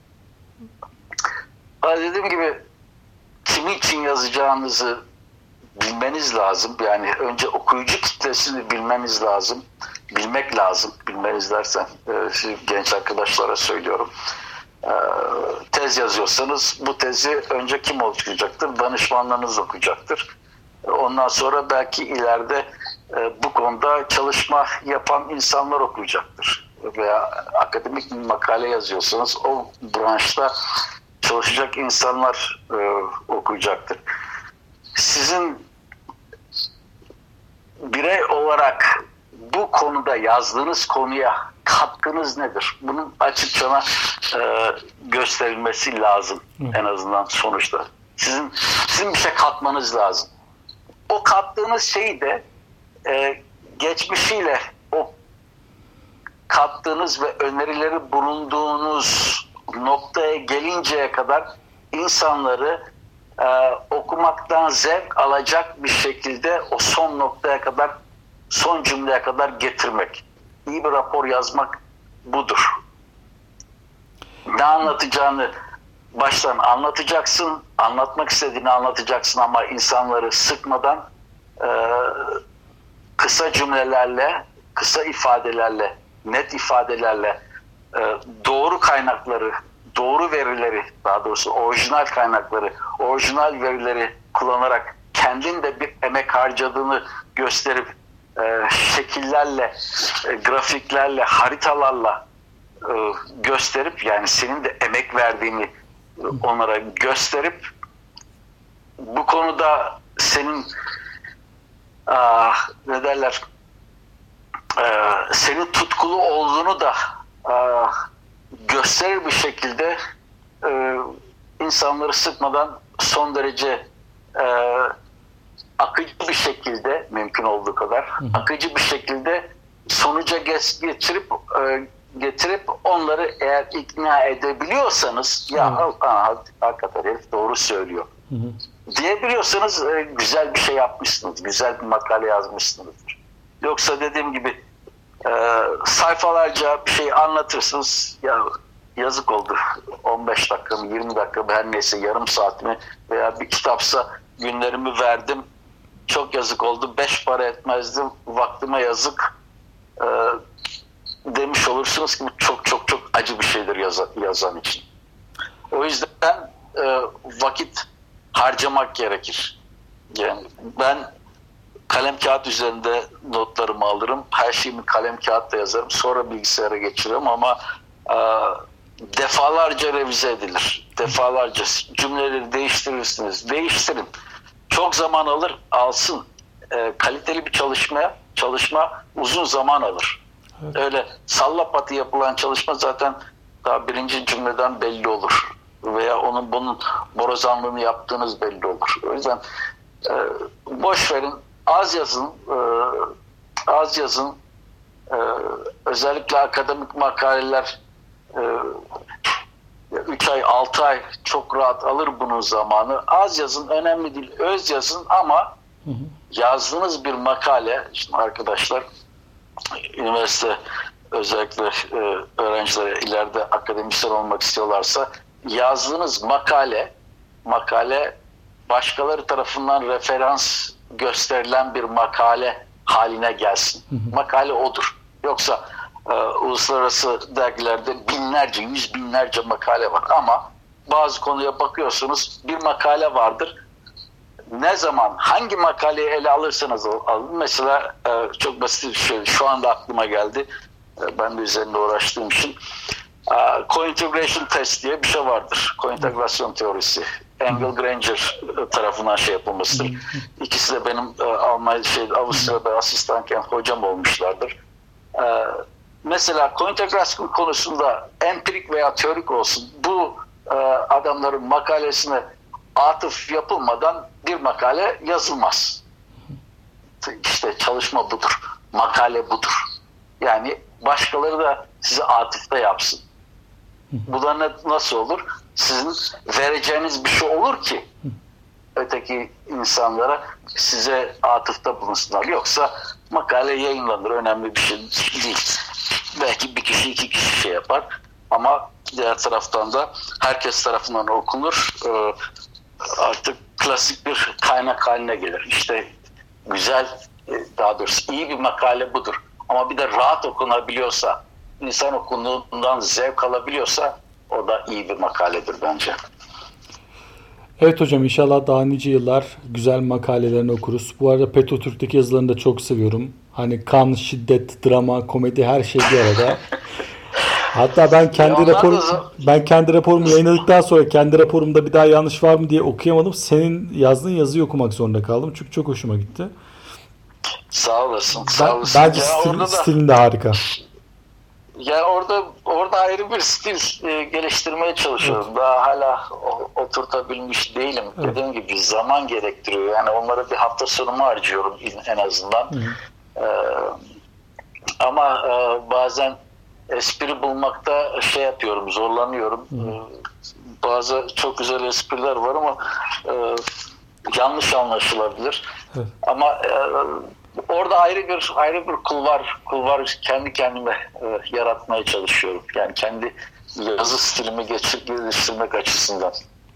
Dediğim gibi kimi için yazacağınızı bilmeniz lazım. Yani önce okuyucu kitlesini bilmeniz lazım. Bilmek lazım. Bilmeniz dersen e, genç arkadaşlara söylüyorum. E, tez yazıyorsanız bu tezi önce kim okuyacaktır? Danışmanlarınız okuyacaktır. E, ondan sonra belki ileride e, bu konuda çalışma yapan insanlar okuyacaktır. Veya akademik bir makale yazıyorsanız o branşta çalışacak insanlar e, okuyacaktır. Sizin birey olarak bu konuda, yazdığınız konuya katkınız nedir? Bunun açıkça e, gösterilmesi lazım. Hı. En azından sonuçta. Sizin sizin bir şey katmanız lazım. O kattığınız şeyi de e, geçmişiyle o kattığınız ve önerileri bulunduğunuz noktaya gelinceye kadar insanları e, okumaktan zevk alacak bir şekilde o son noktaya kadar, son cümleye kadar getirmek. İyi bir rapor yazmak budur. Ne anlatacağını baştan anlatacaksın, anlatmak istediğini anlatacaksın ama insanları sıkmadan e, kısa cümlelerle, kısa ifadelerle, net ifadelerle e, doğru kaynakları, doğru verileri, daha doğrusu orijinal kaynakları, orijinal verileri kullanarak kendin de bir emek harcadığını gösterip e, şekillerle, e, grafiklerle, haritalarla e, gösterip, yani senin de emek verdiğini onlara gösterip bu konuda senin ah, ne derler e, senin tutkulu olduğunu da ah, gösterir bir şekilde e, insanları sıkmadan son derece e, akıcı bir şekilde, mümkün olduğu kadar hı hı. akıcı bir şekilde sonuca getirip e, getirip onları eğer ikna edebiliyorsanız hı. ya aa, hakikaten herif doğru söylüyor hı hı. diyebiliyorsanız e, güzel bir şey yapmışsınız, güzel bir makale yazmışsınızdır. Yoksa dediğim gibi e, sayfalarca bir şey anlatırsınız, ya yazık oldu, on beş dakika mı yirmi dakika mı her neyse yarım saatimi veya bir kitapsa günlerimi verdim, çok yazık oldu, beş para etmezdim, vaktime yazık e, demiş olursunuz ki bu çok çok çok acı bir şeydir yazan, yazan için. O yüzden e, vakit harcamak gerekir. Yani ben kalem kağıt üzerinde notlarımı alırım, her şeyimi kalem kağıtta yazarım, sonra bilgisayara geçiririm ama e, defalarca revize edilir. Defalarca cümleleri değiştirirsiniz. Değiştirin. Çok zaman alır, alsın. E, kaliteli bir çalışmaya, çalışma uzun zaman alır. Evet. Öyle salla patı yapılan çalışma zaten daha birinci cümleden belli olur. Veya onun bunun borazanlığını yaptığınız belli olur. O yüzden e, boş verin. Az yazın. E, az yazın. E, özellikle akademik makaleler e, üç ay altı ay çok rahat alır bunun zamanı. Az yazın, önemli değil, öz yazın ama hı hı. yazdığınız bir makale, şimdi arkadaşlar üniversite özellikle e, öğrencilere ileride akademisyen olmak istiyorlarsa yazdığınız makale makale başkaları tarafından referans gösterilen bir makale haline gelsin. Hı hı. Makale odur. Yoksa e, uluslararası dergilerde binlerce, yüz binlerce makale var ama bazı konuya bakıyorsunuz bir makale vardır. Ne zaman hangi makaleyi ele alırsanız alın. Mesela e, çok basit bir şey. Şu anda aklıma geldi. E, ben de üzerinde uğraştığım için. E, co-integration test diye bir şey vardır. Co-integrasyon teorisi. Engel Granger tarafından şey yapılmıştır. İkisi de benim e, Almanya, şey, Avusturya'da asistanken hocam olmuşlardır. E, mesela co-integrasyon konusunda empirik veya teorik olsun bu e, adamların makalesine atıf yapılmadan bir makale yazılmaz. İşte çalışma budur. Makale budur. Yani başkaları da size atıfta yapsın. Bu da ne, nasıl olur? Sizin vereceğiniz bir şey olur ki öteki insanlara size atıfta bulunsunlar. Yoksa makale yayınlanır. Önemli bir şey değil. Belki bir kişi iki kişi şey yapar. Ama diğer taraftan da herkes tarafından okunur. Ee, artık klasik bir kaynak haline gelir. İşte güzel, daha doğrusu iyi bir makale budur. Ama bir de rahat okunabiliyorsa, insan okunduğundan zevk alabiliyorsa o da iyi bir makaledir bence. Evet hocam, inşallah daha nice yıllar güzel makalelerini okuruz. Bu arada Petro Türk'teki yazılarını da çok seviyorum. Hani kan, şiddet, drama, komedi her şey bir arada. Hatta ben kendi rapor da... ben kendi raporumu yayınladıktan sonra kendi raporumda bir daha yanlış var mı diye okuyamadım. Senin yazdığın yazıyı okumak zorunda kaldım. Çünkü çok hoşuma gitti. Sağ olasın. Ben, sağ olasın. Bence ya stil, da, stilin de harika. Ya orada orada ayrı bir stil e, geliştirmeye çalışıyorum. Evet. Daha hala o, oturtabilmiş değilim. Evet. Dediğim gibi zaman gerektiriyor. Yani onlara bir hafta sonumu harcıyorum en azından. Ee, ama e, bazen espri bulmakta şey yapıyorum, zorlanıyorum. Ee, bazı çok güzel espriler var ama e, yanlış anlaşılabilir. Evet. Ama e, orada ayrı bir ayrı bir kulvar kulvar kendi kendime e, yaratmaya çalışıyorum. Yani kendi yazı stilimi geçir, geliştirmek açısından.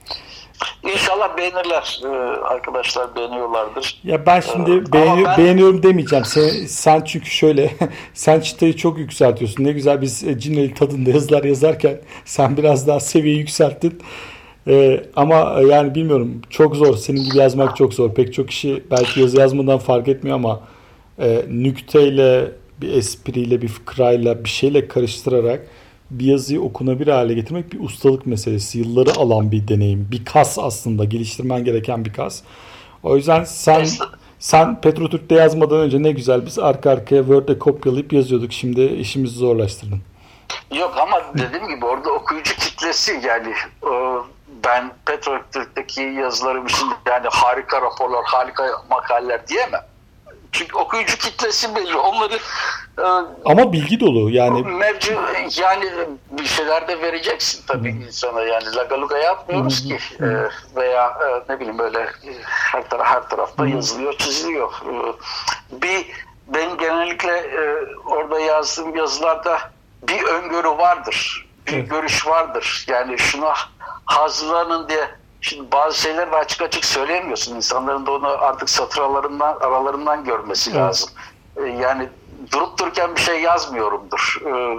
İnşallah beğenirler. Ee, arkadaşlar beğeniyorlardır. Ya ben şimdi ee, beğeni, ben... beğeniyorum demeyeceğim. Sen, sen çünkü şöyle sen çıtayı çok yükseltiyorsun. Ne güzel biz Cineli tadında yazılar yazarken sen biraz daha seviyeyi yükselttin. Ee, ama yani bilmiyorum, çok zor. Senin gibi yazmak çok zor. Pek çok kişi belki yazı yazmadan fark etmiyor ama e, nükteyle, bir espriyle, bir fıkrayla, bir şeyle karıştırarak bir yazıyı okunabilir hale getirmek bir ustalık meselesi. Yılları alan bir deneyim. Bir kas aslında. Geliştirmen gereken bir kas. O yüzden sen sen Petro Türk'te yazmadan önce ne güzel biz arka arkaya Word'de kopyalayıp yazıyorduk. Şimdi işimizi zorlaştırdın. Yok ama dediğim gibi orada okuyucu kitlesi, yani o, ben Petro Türk'teki yazılarım için yani harika raporlar, harika makaleler diyemem. Çünkü okuyucu kitlesi belli. Onları e, ama bilgi dolu yani. Mevcut, yani bir şeyler de vereceksin tabii hmm. insana. Yani lagaluga yapmıyoruz hmm. ki. E, veya e, ne bileyim böyle e, her, taraf, her tarafta hmm. yazılıyor, çiziliyor. E, bir ben genellikle e, orada yazdığım yazılarda bir öngörü vardır. Bir evet. görüş vardır. Yani şuna hazırlanın diye. Şimdi bazı şeyleri açık açık söyleyemiyorsun. İnsanların da onu artık satır aralarından, aralarından görmesi evet. lazım. Ee, yani durup dururken bir şey yazmıyorumdur. Ee,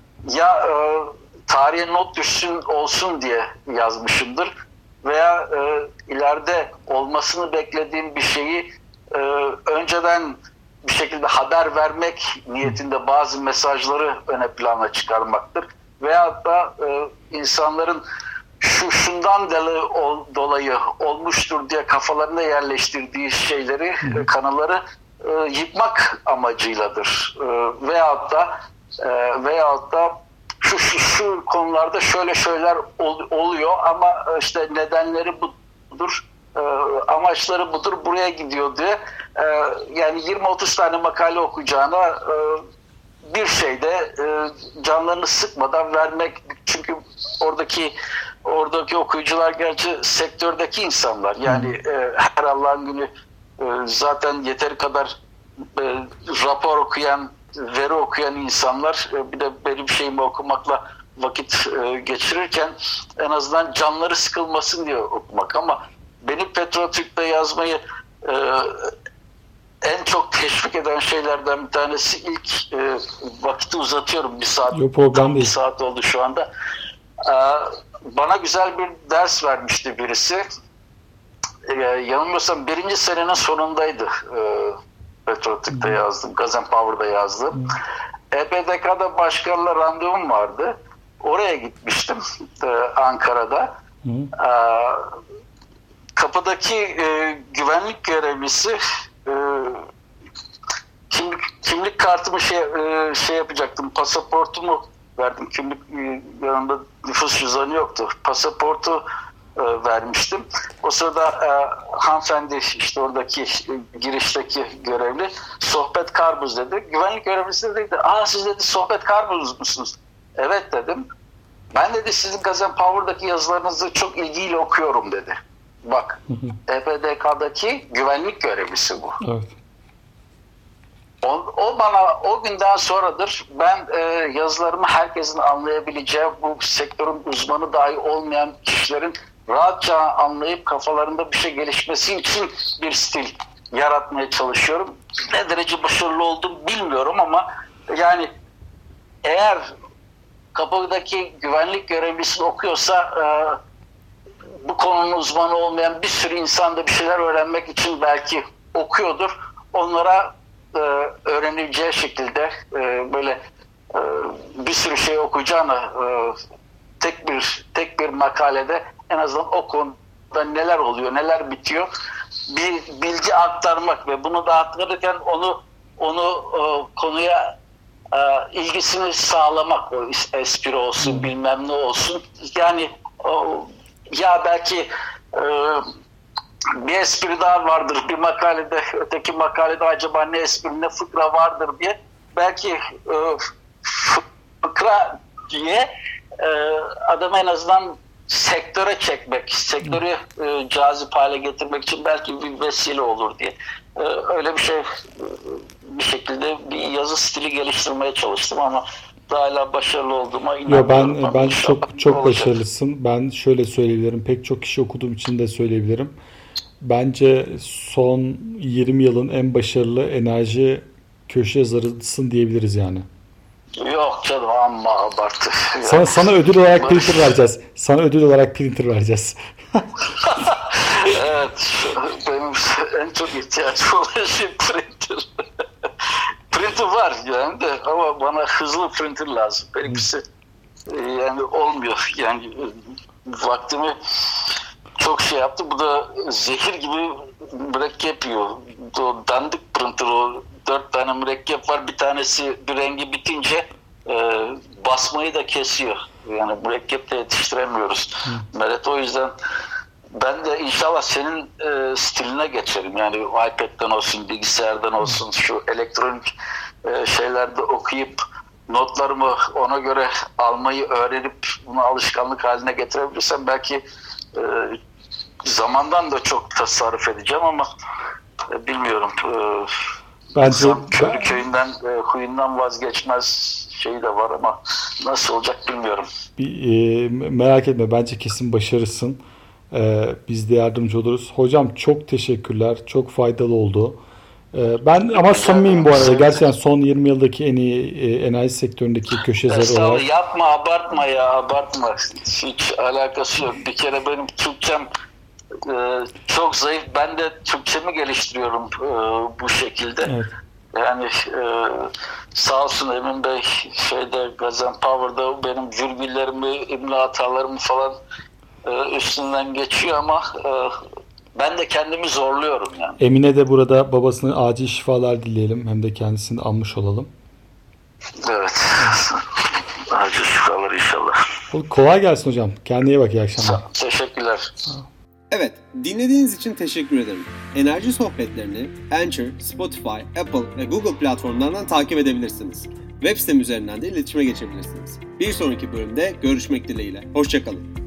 ya e, tarihe not düşsün olsun diye yazmışımdır. Veya e, ileride olmasını beklediğim bir şeyi e, önceden bir şekilde haber vermek niyetinde bazı mesajları öne plana çıkarmaktır. Veyahut da e, insanların şu şundan dolayı olmuştur diye kafalarına yerleştirdiği şeyleri, Hı. kanalları e, yıkmak amacıyladır. E, veyahut da e, veyahut da şu, şu şu konularda şöyle şeyler ol, oluyor ama işte nedenleri budur, e, amaçları budur, buraya gidiyor diye e, yani yirmi otuz tane makale okuyacağına e, bir şeyde e, canlarını sıkmadan vermek, çünkü oradaki oradaki okuyucular gerçi sektördeki insanlar, yani e, her Allah'ın günü e, zaten yeteri kadar e, rapor okuyan, veri okuyan insanlar, e, bir de benim şeyimi okumakla vakit e, geçirirken en azından canları sıkılmasın diye okumak. Ama beni Petrotürk'te yazmayı e, en çok teşvik eden şeylerden bir tanesi, ilk e, vakiti uzatıyorum, bir saat, Yok, problem tam bir değil. saat oldu şu anda. E, bana güzel bir ders vermişti birisi. E, yanılmıyorsam birinci senenin sonundaydı. E, Petrotürk'te yazdım, Gazenpower'da yazdım. E B D K'da başkanla randevum vardı. Oraya gitmiştim e, Ankara'da. Hı. E, kapıdaki e, güvenlik görevlisi e, kimlik, kimlik kartımı şey, e, şey yapacaktım, pasaportumu verdim. Kimlik e, yanında nüfus cüzdanı yoktu. Pasaportu e, vermiştim. O sırada e, hanımefendi, işte oradaki e, girişteki görevli, Sohbet Karbuz dedi. Güvenlik görevlisi dedi, aa siz dedi Sohbet Karbuz musunuz? Evet dedim. Ben dedi sizin Gazenpower'daki yazılarınızı çok ilgiyle okuyorum dedi. Bak, E B D K'daki güvenlik görevlisi bu. Evet. O, o bana o günden sonradır ben e, yazılarımı herkesin anlayabileceği, bu sektörün uzmanı dahi olmayan kişilerin rahatça anlayıp kafalarında bir şey gelişmesi için bir stil yaratmaya çalışıyorum. Ne derece başarılı oldum bilmiyorum ama yani eğer kapıdaki güvenlik görevlisi okuyorsa e, bu konunun uzmanı olmayan bir sürü insan da bir şeyler öğrenmek için belki okuyordur. Onlara e, öğrenileceği şekilde e, böyle e, bir sürü şey okuyacağına e, tek bir tek bir makalede en azından o konuda neler oluyor, neler bitiyor bir bilgi aktarmak ve bunu da aktarırken onu onu e, konuya e, ilgisini sağlamak, o espri olsun, bilmem ne olsun. Yani o, ya belki e, bir espri daha vardır bir makalede, öteki makalede acaba ne espri, ne fıkra vardır diye, belki e, fıkra diye e, adamı en azından sektöre çekmek, sektörü e, cazip hale getirmek için belki bir vesile olur diye. E, öyle bir şey, e, bir şekilde bir yazı stili geliştirmeye çalıştım ama daha hala başarılı olduğuma inanıyorum. Yo, ben ben İnşallah çok çok olacak. başarılısın. Ben şöyle söyleyebilirim. Pek çok kişi okuduğum için de söyleyebilirim. Bence son yirmi yılın en başarılı enerji köşe yazarısın diyebiliriz yani. Yok canım, amma abartı. Sana sana ödül olarak printer vereceğiz. Sana ödül olarak printer vereceğiz. Evet, benim en çok ihtiyacım olan şey printer. Printer var yani de ama bana hızlı printer lazım. Benimkisi e, yani olmuyor. Yani e, vaktimi çok şey yaptı. Bu da zehir gibi mürekkep yiyor. O dandik printer, o dört tane mürekkep var. Bir tanesi bir rengi bitince e, basmayı da kesiyor. Yani mürekkep de yetiştiremiyoruz. Hı. Meret, o yüzden ben de inşallah senin e, stiline geçerim. Yani iPad'den olsun, bilgisayardan olsun, şu elektronik e, şeylerde okuyup notlarımı ona göre almayı öğrenip bunu alışkanlık haline getirebilirsem belki e, zamandan da çok tasarruf edeceğim ama e, bilmiyorum. E, Bence köylü ben- köyünden, e, huyundan vazgeçmez şeyi de var ama nasıl olacak bilmiyorum. Bir, e, merak etme, bence kesin başarısın. E, biz de yardımcı oluruz. Hocam çok teşekkürler. Çok faydalı oldu. E, ben ama samimiyim bu arada. Gerçekten son yirmi yıldaki en iyi e, enerji sektöründeki köşe yazarı olarak. Estağfurullah, yapma, abartma ya, abartma. Hiç alakası yok. Bir kere benim Türkçem e, çok zayıf. Ben de Türkçemi geliştiriyorum e, bu şekilde. Evet. Yani e, sağ olsun Emin Bey şeyde Gazenpower'da benim virgüllerimi, imla hatalarımı falan e, üstünden geçiyor ama e, ben de kendimi zorluyorum yani. Emine de burada babasına acil şifalar dileyelim. Hem de kendisini almış olalım. Evet. Acil şifalar inşallah. Kolay gelsin hocam. Kendine iyi bak. İyi akşamlar. Teşekkürler. Evet, dinlediğiniz için teşekkür ederim. Enerji sohbetlerini Anchor, Spotify, Apple ve Google platformlarından takip edebilirsiniz. Web sitem üzerinden de iletişime geçebilirsiniz. Bir sonraki bölümde görüşmek dileğiyle. Hoşça kalın.